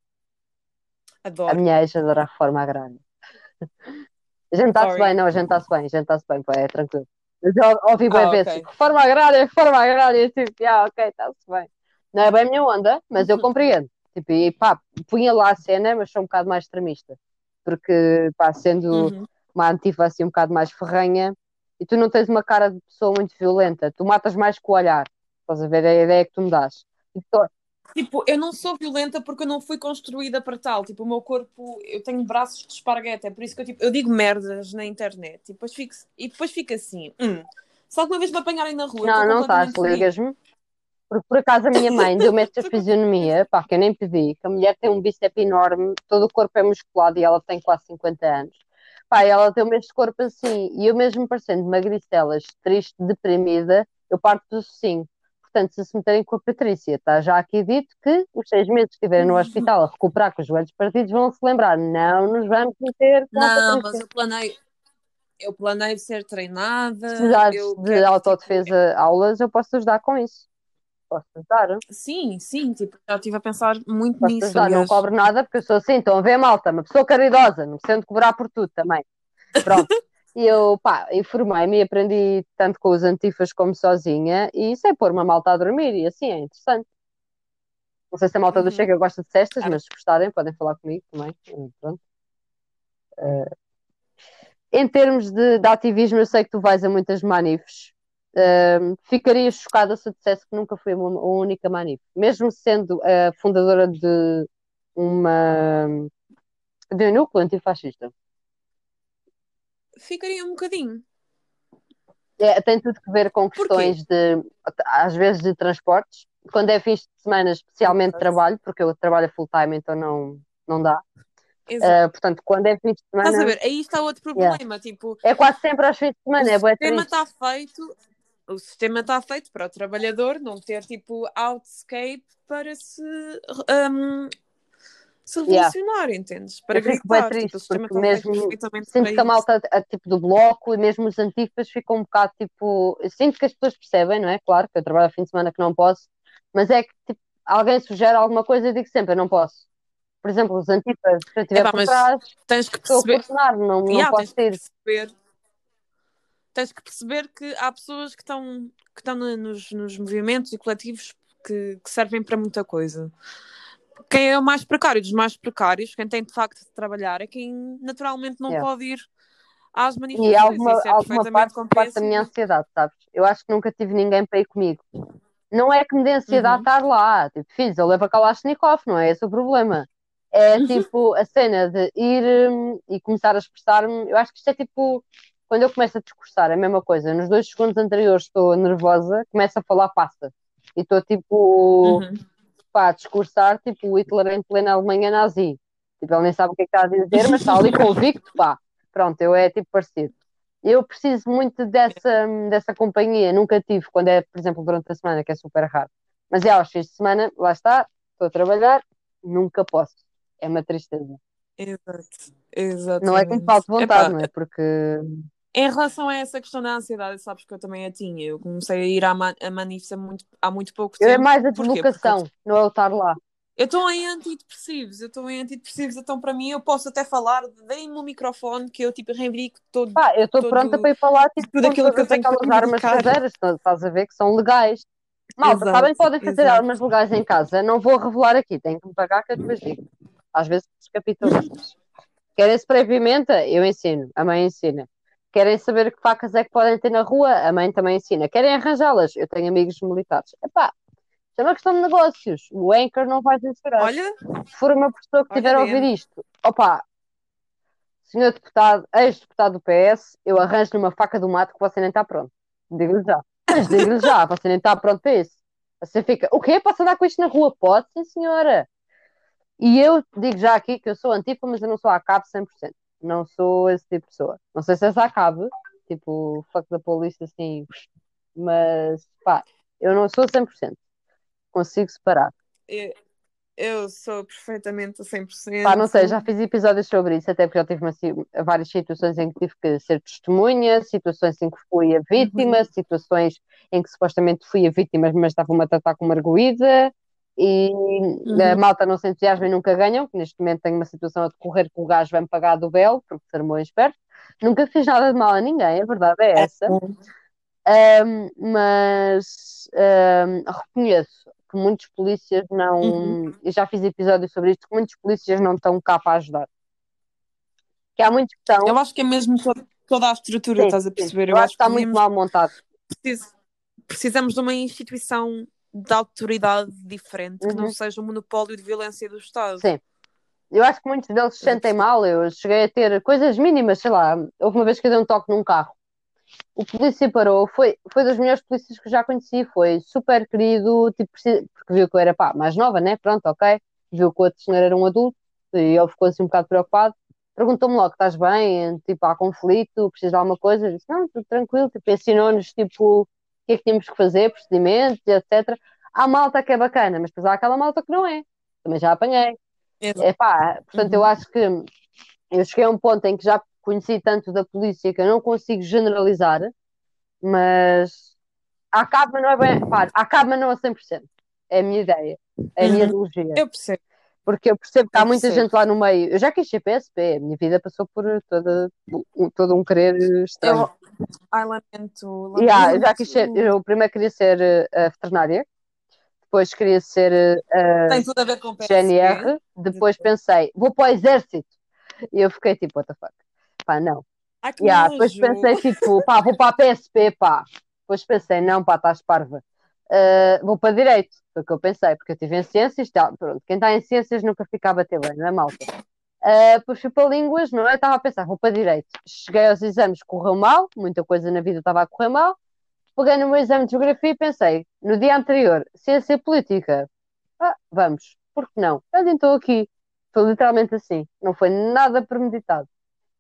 A Adoro. minha ex adora a reforma agrária. A gente está-se bem, Sorry. não, a gente está-se bem, a gente está-se bem, pá, é tranquilo. Mas eu ouvi bué Ah, vezes, ok. tipo, reforma agrária, reforma agrária, e tipo, ah, ok, está-se bem. Não é bem a minha onda, mas eu compreendo. Tipo, e pá, punha lá a cena, mas sou um bocado mais extremista. Porque, pá, sendo Uhum. uma antifa assim um bocado mais ferrenha, e tu não tens uma cara de pessoa muito violenta, tu matas mais com o olhar, estás a ver a ideia que tu me dás. E tu- Tipo, eu não sou violenta porque eu não fui construída para tal. Tipo, o meu corpo, eu tenho braços de esparguete, é por isso que eu, tipo, eu digo merdas na internet e depois fico, e depois fico assim. Hum, se alguma vez me apanharem na rua, eu estou não, não estás, completamente fodida. ligas-me, porque por acaso a minha mãe deu-me esta fisionomia, pá, que eu nem pedi, que a mulher tem um bíceps enorme, todo o corpo é musculado e ela tem quase cinquenta anos. Pá, e ela deu-me este corpo assim, e eu mesmo parecendo magricelas, triste, deprimida, eu parto do focinho. Portanto, se se meterem com a Patrícia, está já aqui dito que os seis meses que estiverem no hospital a recuperar com os joelhos partidos vão se lembrar, não nos vamos meter com a Não, mas Patrícia. eu planeio, eu planeio ser Se treinada, precisares eu de quero, tipo, autodefesa aulas, eu posso te ajudar com isso. Posso te ajudar. sim, sim, tipo, já estive a pensar muito Posso te nisso, ajudar, não aliás. cobro nada porque eu sou assim, estão a ver, malta, uma pessoa caridosa, não me sento cobrar por tudo também. Pronto. E eu, pá, informei-me e aprendi tanto com os antifas como sozinha e sei pôr uma malta a dormir e assim é interessante. Não sei se a malta do Uhum. Chega gosta de cestas, Cara, mas se gostarem podem falar comigo também. Eh, Pronto. Eh, Em termos de, de ativismo, eu sei que tu vais a muitas manifes. Uh, ficaria chocada se eu dissesse que nunca fui a uma, uma única manif. Mesmo sendo a fundadora de uma de um núcleo antifascista. ficaria um bocadinho. É, tem tudo que ver com Porquê? questões de, às vezes, de transportes. Quando é fins de semana, especialmente Exato. trabalho, porque eu trabalho full time, então não, não dá. Exato. Uh, portanto, quando é fins de Estás a semana, ver? Aí está outro yeah. problema. Tipo, É quase sempre aos fins de o semana, é bué sistema triste. está feito, o sistema está feito para o trabalhador não ter tipo outscape para se, um, se Yeah. revolucionar, entendes? Eu Para fico bem gritar. Tipo, o triste, sistema porque está feito mesmo perfeitamente sinto para que a isso. malta a, tipo do bloco e mesmo os antifas ficam um bocado tipo. Eu sinto que as pessoas percebem, não é? Claro que eu trabalho ao fim de semana que não posso, mas é que tipo, alguém sugere alguma coisa e eu digo sempre, eu não posso. Por exemplo, os antifas, se eu estiver Epá, por mas trás, tens que estou a perceber. coordenar, não, não Yeah, posso tens que ir. perceber. Tens que perceber que há pessoas que estão, que estão nos, nos movimentos e coletivos que, que servem para muita coisa. Quem é o mais precário dos mais precários, quem tem de facto de trabalhar, é quem naturalmente não Yeah. pode ir às E manifestações. E alguma, isso é alguma parte perfeitamente parte da minha compreensível. ansiedade, sabes? Eu acho que nunca tive ninguém para ir comigo. Não é que me dê ansiedade Uhum. estar lá, tipo, filhos, eu levo a Kalashnikov, não é esse o problema. É tipo a cena de ir hum, e começar a expressar-me. Eu acho que isto é tipo quando eu começo a discursar, é a mesma coisa. Nos dois segundos anteriores estou nervosa, começo a falar passa. E estou tipo, Uhum. pá, a discursar, tipo o Hitler em plena Alemanha nazi. Tipo, ele nem sabe o que é que está a dizer, mas está ali convicto, pá. Pronto, eu é tipo parecido. Eu preciso muito dessa, dessa companhia, nunca tive, quando é, por exemplo, durante a semana, que é super raro. Mas é aos fins de semana, lá está, estou a trabalhar, nunca posso. É uma tristeza. Exato. Não é que me Exatamente. falte vontade, Epá, não é? Porque em relação a essa questão da ansiedade, sabes que eu também a tinha. Eu comecei a ir à, man à manifes há muito, há muito pouco eu é tempo. mais a Porquê? Porque eu deslocação, não é o estar lá. eu estou em antidepressivos, eu estou em antidepressivos, então para mim eu posso até falar, deem-me o microfone que eu tipo reivindico todo, Pá, eu estou pronta todo, para ir para lá, tipo, tudo com aquilo que eu todas tenho para aquelas armas reivindicar. caseiras, estás estás a ver, que são legais. Malta, sabem que Exato, podem fazer exato. armas legais em casa? Não vou revelar aqui, tenho que me pagar que eu depois digo. Às vezes, os capitalistas. Querem spray pimenta? Eu ensino. A mãe ensina. Querem saber que facas é que podem ter na rua? A mãe também ensina. Querem arranjá-las? Eu tenho amigos militares. Epá, isto é uma questão de negócios. O Anchor não vai censurar. Olha, Se for uma pessoa que olha, tiver a ouvir dê-me. isto, opá, senhor deputado, ex-deputado do P S, eu arranjo-lhe uma faca do mato que você nem está pronto. Digo-lhe já. Mas digo-lhe já, você nem está pronto para isso. Você fica, o quê? Posso andar com isto na rua? Pode, sim, senhora. E eu digo já aqui que eu sou antifa, mas eu não sou ACAB cem por cento. Não sou esse tipo de pessoa. Não sei se és ACAB, tipo, fuck da polícia, assim, mas pá, eu não sou cem por cento. Consigo separar. Eu, eu sou perfeitamente a cem por Pá, não sei, já cento. fiz episódios sobre isso, até porque já tive uma, si- várias situações em que tive que ser testemunha, situações em que fui a vítima, Uhum, situações em que supostamente fui a vítima, mas estavam-me a tratar como arguída, e a uhum. malta não se entusiasma e nunca ganham, que neste momento tenho uma situação a decorrer que o gajo vai-me pagar do belo, porque ser bom esperto. Nunca fiz nada de mal a ninguém, a verdade é essa. Um, mas um, reconheço que muitos polícias Uhum. não. Eu já fiz episódios sobre isto, que muitos polícias não estão cá para ajudar. que há muitos que estão, Eu acho que é mesmo to- toda a estrutura, sim, estás a sim, perceber? eu Eu acho que acho que está muito devíamos, mal montado. precis- precisamos de uma instituição de autoridade diferente que não Uhum, seja um monopólio de violência do Estado. sim. Eu acho que muitos deles se Estás a sentem perceber? mal. Eu cheguei a ter coisas mínimas, sei lá. Houve uma vez que eu dei um toque num carro. O polícia parou, foi, foi dos melhores polícias que eu já conheci. Foi super querido, tipo, preci- porque viu que eu era pá, mais nova, né? Pronto, ok. Viu que o outro senhor era um adulto e ele ficou assim um bocado preocupado. Perguntou-me logo: estás bem? Tipo, há conflito? Precisas de alguma coisa? Eu disse: não, tudo tranquilo. Tipo, ensinou-nos tipo, o que é que tínhamos que fazer, procedimentos, etcétera. Há malta que é bacana, mas depois há aquela malta que não é. Também já apanhei. Exato. Epá, portanto, eu Uhum. acho que eu cheguei a um ponto em que já conheci tanto da polícia que eu não consigo generalizar, mas acaba não é bem, pá, acaba não a cem por cento. É a minha ideia, é a minha Uhum. ideologia. Eu percebo, Porque eu percebo que há eu muita percebo. gente lá no meio. Eu já quis ser P S P, a minha vida passou por toda, um- todo um querer estranho. Eu, ai, lamento, E ah, eu já quis ser, lamento. eu primeiro queria ser eh, veterinária, depois queria ser eh, Tem tudo a ver com o P S P. G N R, depois pensei, vou para o exército. E eu fiquei tipo, what the fuck? Pá, não. Ai, que Yeah, depois nojo. pensei, tipo, pá, vou para a P S P, pá. Depois pensei, não, pá, estás parva. Uh, vou para Direito, foi o que eu pensei, porque eu estive em Ciências, tá, pronto, quem está em Ciências nunca fica a bater bem, não é, malta? Uh, depois fui para Línguas, não é? Estava a pensar, vou para Direito. Cheguei aos exames, correu mal, muita coisa na vida estava a correr mal. Peguei no meu exame de Geografia e pensei, no dia anterior, Ciência Política. Ah, vamos, por que não? Eu estou aqui. Foi literalmente assim, não foi nada premeditado.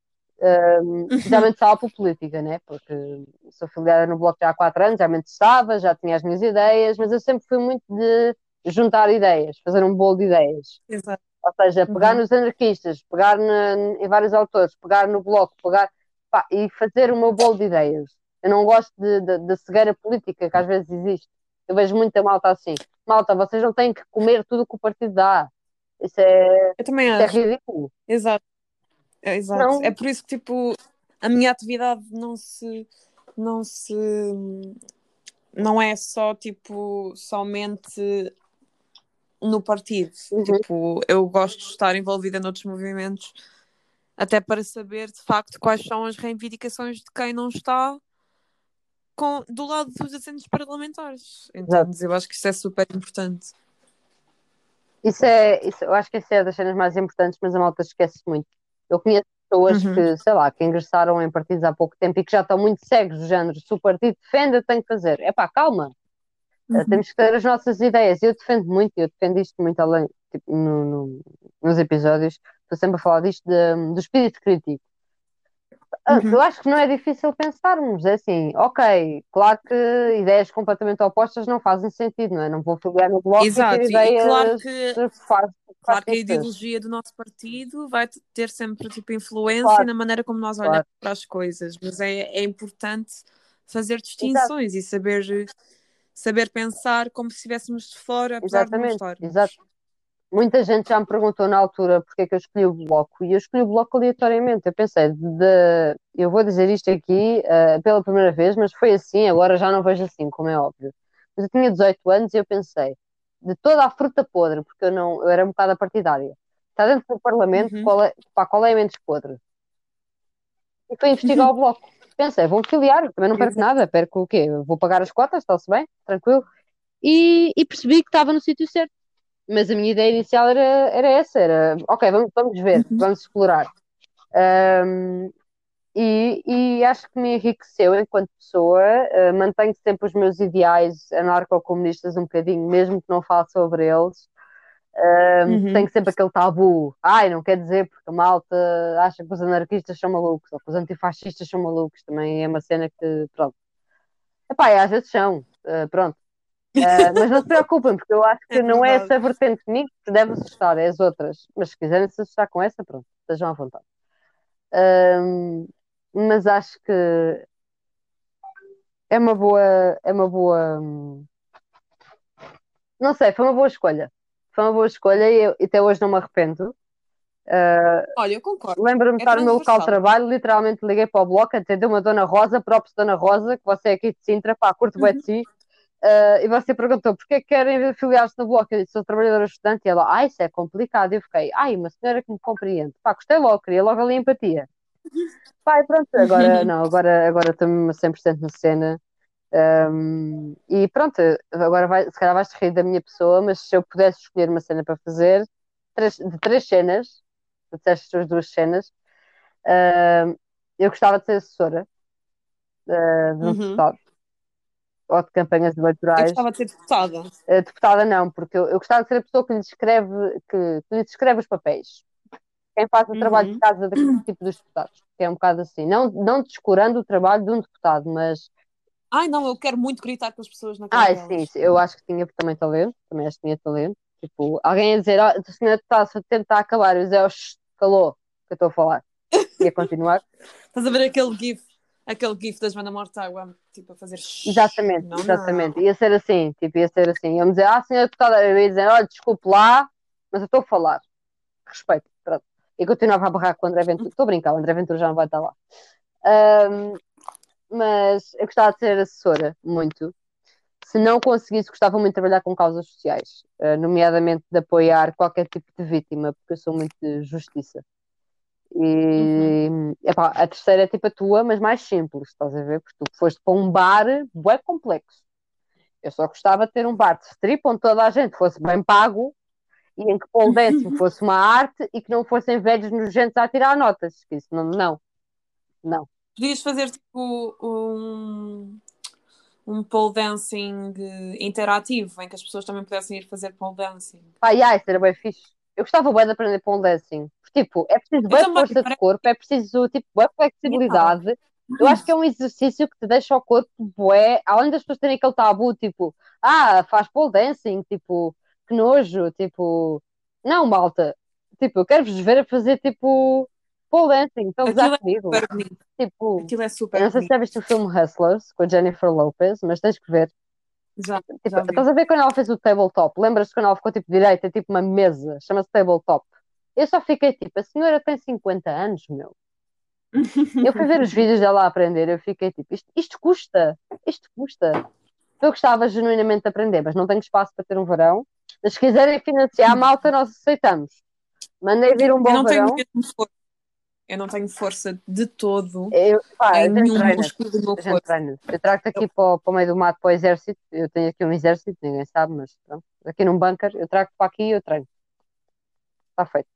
Um, Uhum. especialmente sala por política, né? Porque sou filiada no Bloco já há quatro anos, já me interessava, já tinha as minhas ideias, mas eu sempre fui muito de juntar ideias, fazer um bolo de ideias. Exato. Ou seja, pegar Uhum. nos anarquistas, pegar na- em vários autores, pegar no Bloco, pegar pá, e fazer o meu bolo de ideias. Eu não gosto de, de, da cegueira política que às vezes existe. Eu vejo muita malta assim. Malta, vocês não têm que comer tudo o que o partido dá. Isso é, Eu também isso é acho. ridículo. Exato. É, exato. É Não, por isso que, tipo, a minha atividade não se, não se, não é só, tipo, somente no partido. uhum, Tipo, eu gosto de estar envolvida noutros movimentos, até para saber, de facto, quais são as reivindicações de quem não está com, do lado dos assentos parlamentares. exato. Entendes? Eu acho que isso é super importante. Isso é, isso, eu acho que isso é das cenas mais importantes, mas a malta esquece muito. Eu conheço pessoas Uhum. que, sei lá, que ingressaram em partidos há pouco tempo e que já estão muito cegos do género. Se o partido defende, eu tenho que fazer. Epá, calma. Eh, Uhum. temos que ter as nossas ideias. Eu defendo muito, eu defendo isto muito além, tipo, no- no- nos episódios. Estou sempre a falar disto de- do espírito crítico. Ah, eu Uhum. acho que não é difícil pensarmos. É assim, ok, claro que ideias completamente opostas não fazem sentido, não é? Não vou filiar no bloco e ter Exato, e, e claro ideias que far- claro que a fascistas. ideologia do nosso partido vai ter sempre tipo influência Claro, na maneira como nós olhamos claro. para as coisas, mas é, é importante fazer Exato, distinções e saber saber pensar como se estivéssemos de fora, apesar de não exatamente, exato. estarmos. Muita gente já me perguntou na altura porque é que eu escolhi o bloco, e eu escolhi o bloco aleatoriamente. Eu pensei, de, eu vou dizer isto aqui eh, pela primeira vez, mas foi assim, agora já não vejo assim, como é óbvio. Mas eu tinha dezoito anos e eu pensei, de toda a fruta podre, porque eu não, eu era um bocado partidária, está dentro do Parlamento, Uhum. qual é, pá, qual é a menos podre? E fui investigar o bloco. Pensei, vou-me filiar, também não perco Exato. nada, perco o quê? Vou pagar as cotas, está-se bem, tranquilo. E, e percebi que estava no sítio certo. Mas a minha ideia inicial era, era essa, era, ok, vamos, vamos ver, Uhum. vamos explorar. Um, e, e acho que me enriqueceu enquanto pessoa, uh, mantenho sempre os meus ideais anarco-comunistas um bocadinho, mesmo que não fale sobre eles. Um, tenho Uhum. sempre aquele tabu, ai, não quer dizer porque a malta acha que os anarquistas são malucos, ou que os antifascistas são malucos, também é uma cena que, pronto. Epá, e às vezes são, uh, pronto. Uh, mas não se preocupem, porque eu acho É que não é verdade. essa vertente comigo que deve assustar, é as outras. Mas se quiserem se assustar com essa, pronto, estejam à vontade. Um, mas acho que é uma boa, é uma boa, hum, não sei, foi uma boa escolha. Foi uma boa escolha e eu, e até hoje não me arrependo. Uh, Olha, eu concordo. Lembro-me de É estar no meu local de transversal. trabalho, literalmente liguei para o bloco, atendeu uma Dona Rosa, própria Dona Rosa, que você é aqui de Sintra, pá, curto bem de Uhum. si. Uh, e você perguntou porquê é que querem afiliar-se no bloco? Eu disse, sou trabalhadora estudante. E ela, ah, isso é complicado. E eu fiquei, ai, uma senhora que me compreende. Pá, gostei logo, queria logo ali empatia. Pá, e pronto, agora não, agora agora estou-me cem por cento na cena. Um, e pronto, agora vai, se calhar vais-te rir da minha pessoa, mas se eu pudesse escolher uma cena para fazer, três- de três cenas, tu disseste as tuas duas cenas, um, eu gostava de ser assessora, uh, de um Uhum. deputado, ou de campanhas Eu eleitorais. gostava de ser deputada. Uh, deputada não, porque eu, eu gostava de ser a pessoa que lhe escreve, que, que lhe escreve os papéis. Quem faz o trabalho de Uhum. casa daquele tipo dos deputados, que é um bocado assim, não, não descurando o trabalho de um deputado, mas Ai, não, eu quero muito gritar com as pessoas na cara ah, sim, delas. sim, eu acho que tinha também talento, também acho que tinha talento. Tipo, alguém a dizer, oh, o senhor está a tentar acabar, eu dizer, oh, shh, calou, que eu estou a falar. Ia continuar. Estás a ver aquele gif, aquele gif da Joana Mortágua, tipo, a fazer shhh. Exatamente, Não, exatamente. não. Ia ser assim, tipo, ia ser assim. Iam dizer, ah, senhora deputada, eu ia dizer, olha, desculpe lá, mas eu estou a falar. Respeito, pronto. E continuava a barrar com o André Ventura. Estou a brincar, o André Ventura já não vai estar lá. Ahm, mas eu gostava de ser assessora, muito. Se não conseguisse, gostava muito de trabalhar com causas sociais, eh, nomeadamente de apoiar qualquer tipo de vítima, porque eu sou muito de justiça. Uhum. E epá, a terceira é tipo a tua, mas mais simples, estás a ver? Porque tu foste para um bar bué complexo. Eu só gostava de ter um bar de strip onde toda a gente fosse bem pago e em que pole dancing fosse uma arte e que não fossem velhos nojentos a tirar notas. Que Isso não, não, não. Podias fazer tipo um, um pole dancing eh, interativo, em que as pessoas também pudessem ir fazer pole dancing. Pá, yeah, isso era bem fixe. Eu gostava bem de aprender pole dancing. Porque, tipo, é preciso Eu bem também, força de parece corpo, é preciso, tipo, bem genial. flexibilidade. Eu acho que é um exercício que te deixa o corpo bué, além das pessoas terem aquele tabu, tipo, ah, faz pole dancing, tipo, que nojo, tipo, não, malta, tipo, eu quero-vos ver a fazer, tipo, pole dancing, estão a gozar Aquilo é comigo. super bonito. Tipo, Aquilo é eu super não sei se bonito. já viste o filme Hustlers, com a Jennifer Lopez, mas tens que ver. Já, Tipo, já vi. estás a ver quando ela fez o tabletop? Lembras-te quando ela ficou tipo direita, é tipo uma mesa, chama-se tabletop. Eu só fiquei tipo, a senhora tem cinquenta anos, meu. Eu fui ver os vídeos dela a aprender, eu fiquei tipo, isto, isto custa, isto custa. Eu gostava genuinamente de aprender, mas não tenho espaço para ter um varão. Mas se quiserem financiar, malta, nós aceitamos. Mandei vir um Eu bom não tenho varão. mesmo força. Eu não tenho força de todo Eu, pá, a em gente nenhum treina, músculo do meu a gente corpo. treina. Eu trago-te Eu, aqui para o, para o meio do mato, para o exército. Eu tenho aqui um exército, ninguém sabe, mas pronto. Aqui num bunker, eu trago-te para aqui e eu treino. Está feito.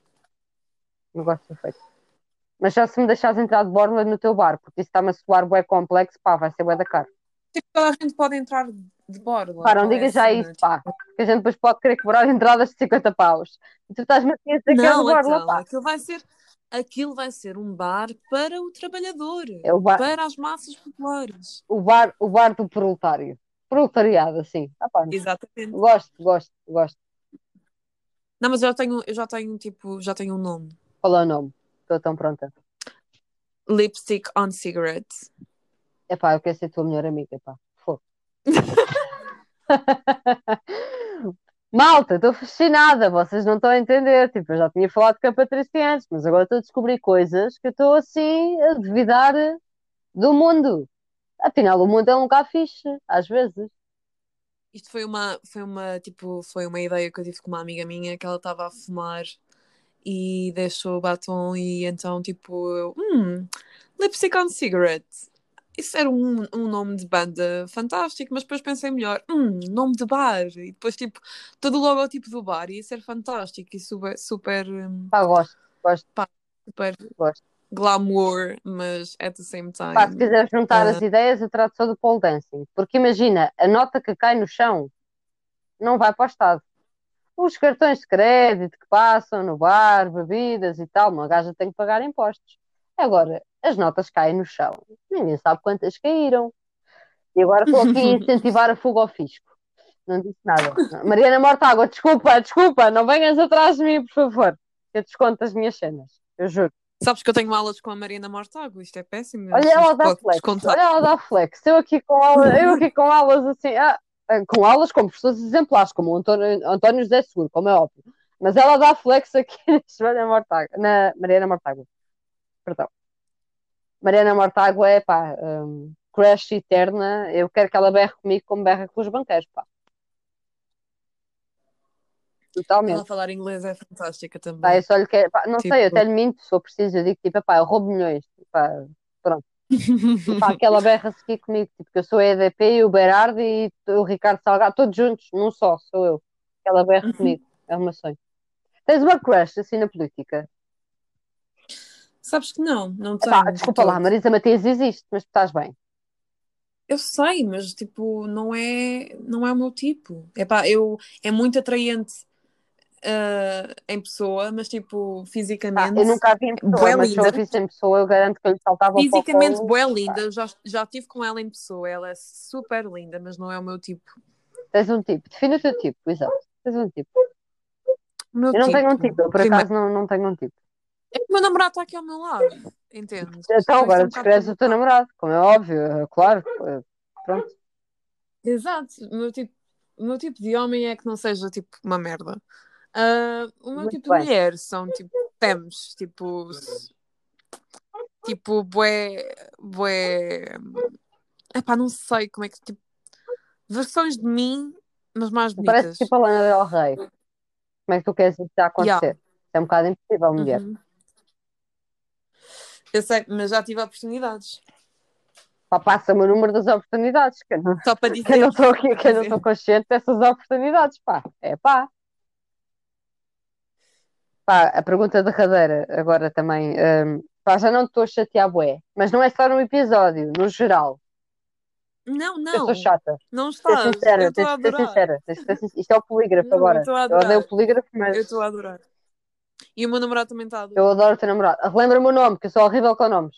O negócio feito. Mas já se me deixares entrar de borla no teu bar, porque isso está-me a soar bué complexo, pá, vai ser bué da caro. tipo, toda a gente pode entrar de Pá, borla. não Qual é a digas já isso, cena? Tipo, pá, que a gente depois pode querer cobrar entradas de cinquenta paus. E tu estás-me aqui a dizer que é de não, borla, então, pá. aquilo vai ser, aquilo vai ser um bar para o trabalhador, É o bar, para as massas populares. o bar, o bar do proletário. Proletariado, assim. Ah, pá, Exatamente. gosto, gosto, gosto. Não, mas eu já tenho, eu já tenho, tipo, já tenho um nome. Qual é o nome? Estou tão pronta. Lipstick on Cigarettes. É pá, eu quero ser tua melhor amiga, pá. Fogo. Malta, estou fascinada, vocês não estão a entender. Tipo, eu já tinha falado com a Patrícia antes, mas agora estou a descobrir coisas que eu estou assim a duvidar do mundo. Afinal, o mundo é um lugar fixe, às vezes. Isto foi uma, foi uma, tipo, foi uma ideia que eu tive com uma amiga minha que ela estava a fumar e deixou o batom e então, tipo, eu, hum, Lipstick on Cigarette. Isso era um, um nome de banda fantástico, mas depois pensei melhor, hum, nome de bar. E depois, tipo, todo o logotipo do bar ia ser fantástico e super, super, hum, Pá, gosto, gosto, pá, super gosto. glamour, mas at the same Pá, se time. quiseres juntar as uh, ideias, eu trato só do pole dancing. Porque imagina, a nota que cai no chão não vai para o Estado. Os cartões de crédito que passam no bar, bebidas e tal, uma gaja tem que pagar impostos. Agora, as notas caem no chão. Ninguém sabe quantas caíram. E agora estou aqui a incentivar a fuga ao fisco. Não disse nada. Mariana Mortágua, desculpa, desculpa, não venhas atrás de mim, por favor. Eu desconto as minhas cenas. Eu juro. Sabes que eu tenho aulas com a Mariana Mortágua, isto é péssimo, Olha mas ela isto dá pode flex, descontar. olha ela dá flex. Eu aqui com, aula, eu aqui com aulas assim, ah, ah, com aulas com professores exemplares, como o António, António José Seguro, como é óbvio. Mas ela dá flex aqui na Joana Mortágua, na Mariana Mortágua. Perdão. Mariana Mortágua é pá, hum, crush eterna, eu quero que ela berre comigo como berra com os banqueiros, pá. Ela a Totalmente. falar inglês é fantástica Pá, eu também. só lhe quero, pá, não sei, eu até Tipo. lhe minto, se for preciso, eu digo tipo, pá, eu roubo milhões, pá, pronto. E pá, aquela berra aqui comigo, tipo, que eu sou a E D P e o Berardo e o Ricardo Salgado, todos juntos, num só, sou eu. Aquela berra comigo, é o meu sonho. Tens uma crush assim na política? Sabes que não, não Epá, tenho de desculpa lá, todo. Marisa Matias existe, mas tu estás bem. Eu sei, mas tipo, não é, não é o meu tipo. Epá, eu é muito atraente ah, em pessoa, mas tipo, Pá, eu fisicamente, nunca a vi em pessoa, bué mas se eu a linda. visse em pessoa, eu garanto que eu lhe saltava para o Fisicamente colo. bué Pá, linda, eu já, já estive com ela em pessoa, ela é super linda, mas não é o meu tipo. tens um tipo, define o teu tipo, exato. Tens um tipo. O meu Eu não tenho um tipo, tipo, eu por primeiro, acaso não, não tenho um tipo. é que o meu namorado está aqui ao meu lado, entendes? Então Então isso é agora um bocado descreves o teu complicado. namorado, como é óbvio, é claro. é, Pronto, Exato, o meu tipo, o meu tipo de homem é que não seja tipo uma merda. Ah, o meu muito tipo de bem. mulher são tipo tems, tipo, s- tipo, bué, bué, epá, não sei como é que, tipo, versões de mim, mas mais Parece bonitas. tipo a Lana Del Rey. Como é que tu queres isso a Yeah. acontecer? É um bocado impossível, mulher. Uhum. Eu sei, mas já tive oportunidades. Pá, passa-me o número das oportunidades, que eu não Só para que eu não dizer, estou só aqui, para que eu não estou dizer. consciente dessas oportunidades, pá. É pá. Pá, a pergunta derradeira agora também. hum, pá, já não te estou a chatear, bué, mas não é só num episódio, no geral. Não, Eu sou não, chata. não Ser estás. Eu sincera, estou tens a que ser adorar. sincera. Tens que ser sin- Isto é o polígrafo Não, eu agora. estou a Eu odeio o adorar. polígrafo, Eu estou mas a adorar. E o meu namorado também está a eu adorar. adoro o teu namorado. Ah, relembra-me o nome, que eu sou horrível com nomes.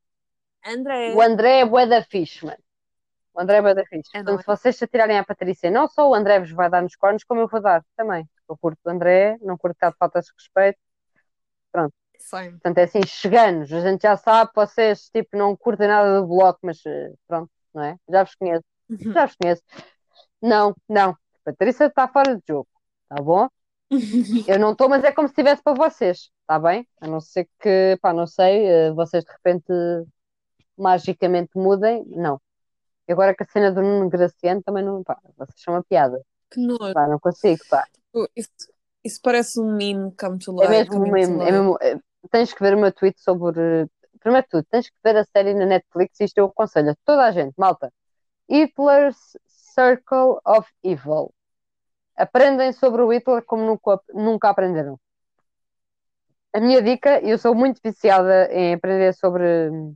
O André. André é bué da fixe, mano. O André é bué da fixe. É, não Portanto, é? se vocês se atirarem à Patrícia, não só o André vos vai dar nos cornos, como eu vou dar também. Eu curto o André, não curto cá de faltas de respeito. Pronto. Sim. Portanto, é assim, chegamos. A gente já sabe, vocês, tipo, não curtem nada do bloco, mas eh, pronto, não é? Já vos conheço. Já vos conheço. Não, não. Patrícia está fora de jogo. Tá bom? Eu não estou, mas é como se estivesse para vocês. Está bem? A não ser que, pá, não sei, eh, vocês de repente magicamente mudem. Não. E agora com a cena do Nuno Graciano também não, pá, vocês são uma piada. Que nojo. Pá, não consigo, pá. Pô, Isso, isso parece um meme come to É life, mesmo, coming to mesmo, é life. mesmo. é- Tens que ver o meu tweet sobre. Primeiro de tudo, tens que ver a série na Netflix, isto eu aconselho a toda a gente, malta. Hitler's Circle of Evil. Aprendem sobre o Hitler como nunca, nunca aprenderam. A minha dica, eu sou muito viciada em aprender sobre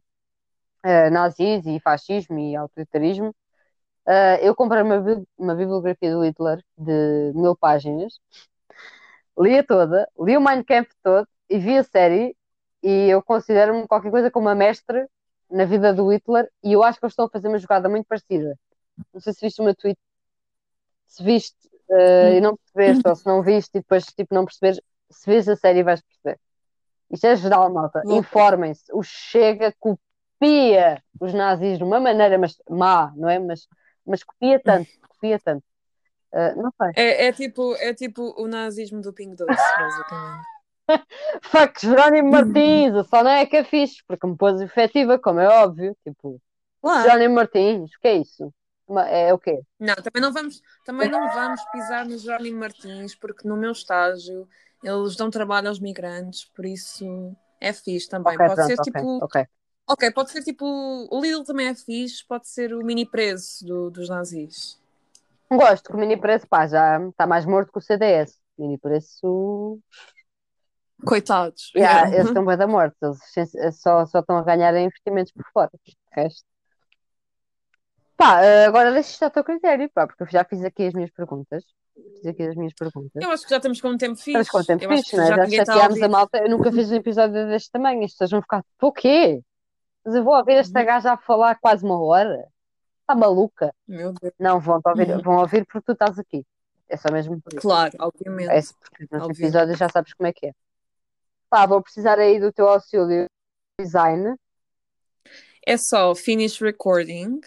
eh, nazis e fascismo e autoritarismo. Eh, eu comprei uma, bi- uma bibliografia do Hitler de mil páginas, li-a toda, li o Mein Kampf todo e vi a série e eu considero-me qualquer coisa como uma mestre na vida do Hitler e eu acho que eles estão a fazer uma jogada muito parecida. Não sei se viste o meu tweet, se viste eh, e não percebeste ou se não viste e depois tipo, não perceberes, se vês a série vais perceber. Isto é geral, malta. Vou ver. Informem-se. O Chega copia os nazis de uma maneira mas, má, não é? Mas, mas copia tanto, copia tanto. Uh, não sei. É, é tipo, é tipo o nazismo do Pingo Doce, basicamente. Fuck, Jerónimo Martins, eu só não é que é fixe, porque me pôs efetiva, como é óbvio. Tipo, Claro. Jerónimo Martins, o que é isso? Uma- É o quê? Não, também não vamos, também não vamos pisar no Jerónimo Martins, porque no meu estágio eles dão trabalho aos migrantes, por isso é fixe Ok, também. Pode ser pronto, ok, tipo, ok. ok, pode ser tipo, o Lidl também é fixe, pode ser o mini preço do- dos nazis. Gosto que o mini preço, pá, já está mais morto que o C D S. Mini preço. Coitados. Yeah, Yeah. eles estão bem da morte, eles só, só estão a ganhar em investimentos por fora. O resto. Pá, eh, agora deixa isto ao teu critério, pá, porque eu já fiz aqui as minhas perguntas. Fiz aqui as minhas perguntas. Eu acho que já estamos com um tempo Estamos com o fixe. tempo Eu acho fixe, que não é? já Já ninguém está a chateámos a ouvir. malta. Eu nunca fiz um episódio deste tamanho. As pessoas vão ficar, tipo, o quê? Mas eu vou ouvir esta Uhum. gaja a falar quase uma hora. Está maluca? Meu Deus. Não, vão ouvir, Uhum. vão ouvir porque tu estás aqui. É só mesmo por isso. Claro, É obviamente. isso, porque nos Obviamente. episódios já sabes como é que é. Pá, vou precisar aí do teu auxílio design. É só finish recording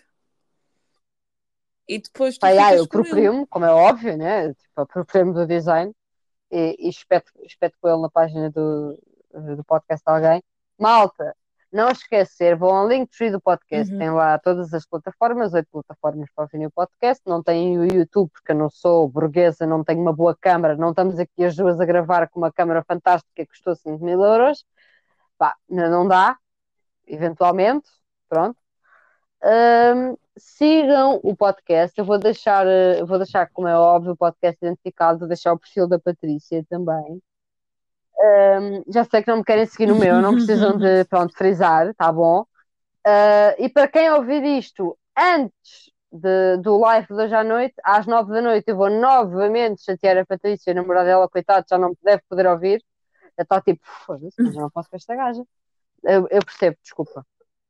e depois tu Pá, ah, ficas eu com ele. aproprio-me, como é óbvio, né? Tipo, aproprio-me do design e, e espeto, espeto com ele na página do, do podcast de alguém. Malta, Não esquecer, vão ao Linktree do podcast, Uhum. tem lá todas as plataformas, oito plataformas para ouvir o podcast, não tem o YouTube porque eu não sou burguesa, não tenho uma boa câmara, não estamos aqui as duas a gravar com uma câmara fantástica que custou cinco mil euros, pá, ainda não dá, eventualmente, pronto. Ahm, sigam o podcast, eu vou deixar, eh, eu vou deixar, como é óbvio, o podcast identificado, vou deixar o perfil da Patrícia também. Ahm, já sei que não me querem seguir no meu, não precisam de, pronto, frisar, tá bom? Uh, e para quem ouvir isto antes de- do live de hoje à noite, às nove da noite, eu vou novamente chatear a Patrícia, a namorada dela, coitado, já não deve poder ouvir. Eu estou tipo, foda-se, mas eu não posso com esta gaja. Eu, eu percebo, desculpa.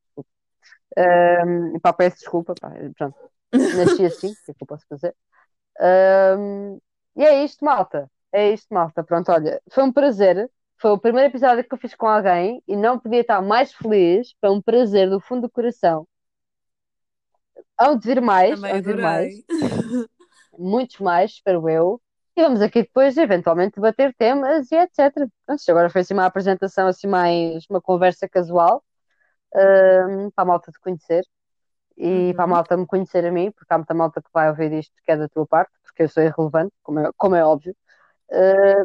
Um, pá, peço desculpa, pá, pronto. Nasci assim, o que é que eu posso fazer? Um, e é isto, malta. É isto, malta. Pronto, olha, foi um prazer. Foi o primeiro episódio que eu fiz com alguém e não podia estar mais feliz. Foi um prazer do fundo do coração. Hão de vir mais, Também hão de vir mais, adorei. muitos mais, espero eu. E vamos aqui depois, eventualmente, debater temas e etcétera. Pronto, isto agora foi assim uma apresentação, assim mais uma conversa casual, hum, para a malta te conhecer e para a Uhum. malta me conhecer a mim, porque há muita malta que vai ouvir isto que é da tua parte, porque eu sou irrelevante, como é, como é óbvio. Uh,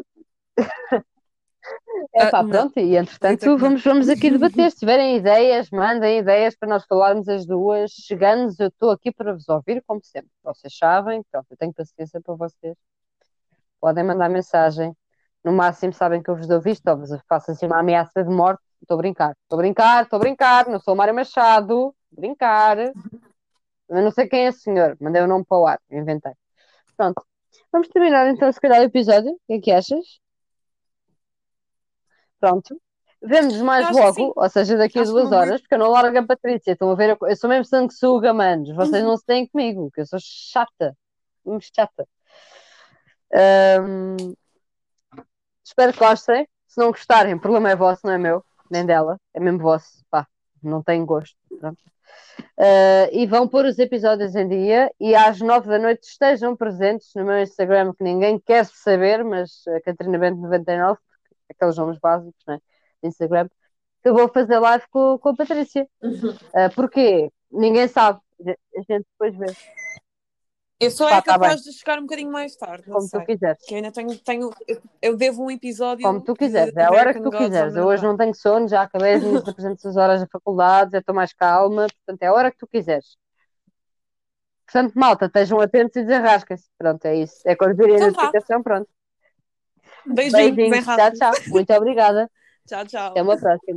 Ah, epá, não, pronto, e acredita entretanto que não. vamos, vamos aqui debater. Se tiverem ideias, mandem ideias para nós falarmos as duas. Chegando, eu estou aqui para vos ouvir, como sempre. Vocês sabem, pronto, eu tenho paciência para vocês. Podem mandar mensagem. No máximo sabem que eu vos dou visto, ou vos faço assim uma ameaça de morte. Estou a brincar, estou a brincar, estou a brincar. Não sou o Mário Machado, estou a brincar. Eu não sei quem é esse senhor, mandei o nome para o ar, inventei. Pronto, vamos terminar então, se calhar, o episódio. O que é que achas? Pronto. Vemo-nos Eu mais acho que logo, sim. ou seja, daqui a Acho que duas uma boa. horas, porque eu não largo a Patrícia. Estão a ver, eu sou mesmo sanguessuga, manos. Vocês não se têm comigo, que eu sou chata. Muito chata. Ahm, espero que gostem. Se não gostarem, o problema é vosso, não é meu, nem dela. É mesmo vosso. Pá, não tenho gosto. Pronto. Ah, e vão pôr os episódios em dia e às nove da noite estejam presentes no meu Instagram, que ninguém quer saber, mas a Catarina Bento noventa e nove, aqueles nomes básicos, né, de Instagram, que eu vou fazer live com, com a Patrícia. Uh, porquê? Ninguém sabe. A gente depois vê. Eu só Pá, é tá bem. capaz de chegar um bocadinho mais tarde, não Como tu sei. quiseres. Que eu ainda tenho, tenho eu, eu devo um Como episódio tu de quiseres. É a hora que American tu Gods ao quiseres. meu Eu hoje namorado. não tenho sono, já acabei as minhas trezentas horas da faculdade, já estou mais calma. Portanto, é a hora que tu quiseres. Portanto, malta, estejam atentos e desenrasquem-se. Pronto, é isso. É quando virem a Então vá. notificação, pronto. Um beijinho, Beijinhos. Tchau, desenrasquem-se. tchau. Muito obrigada. Tchau, Até tchau. uma próxima.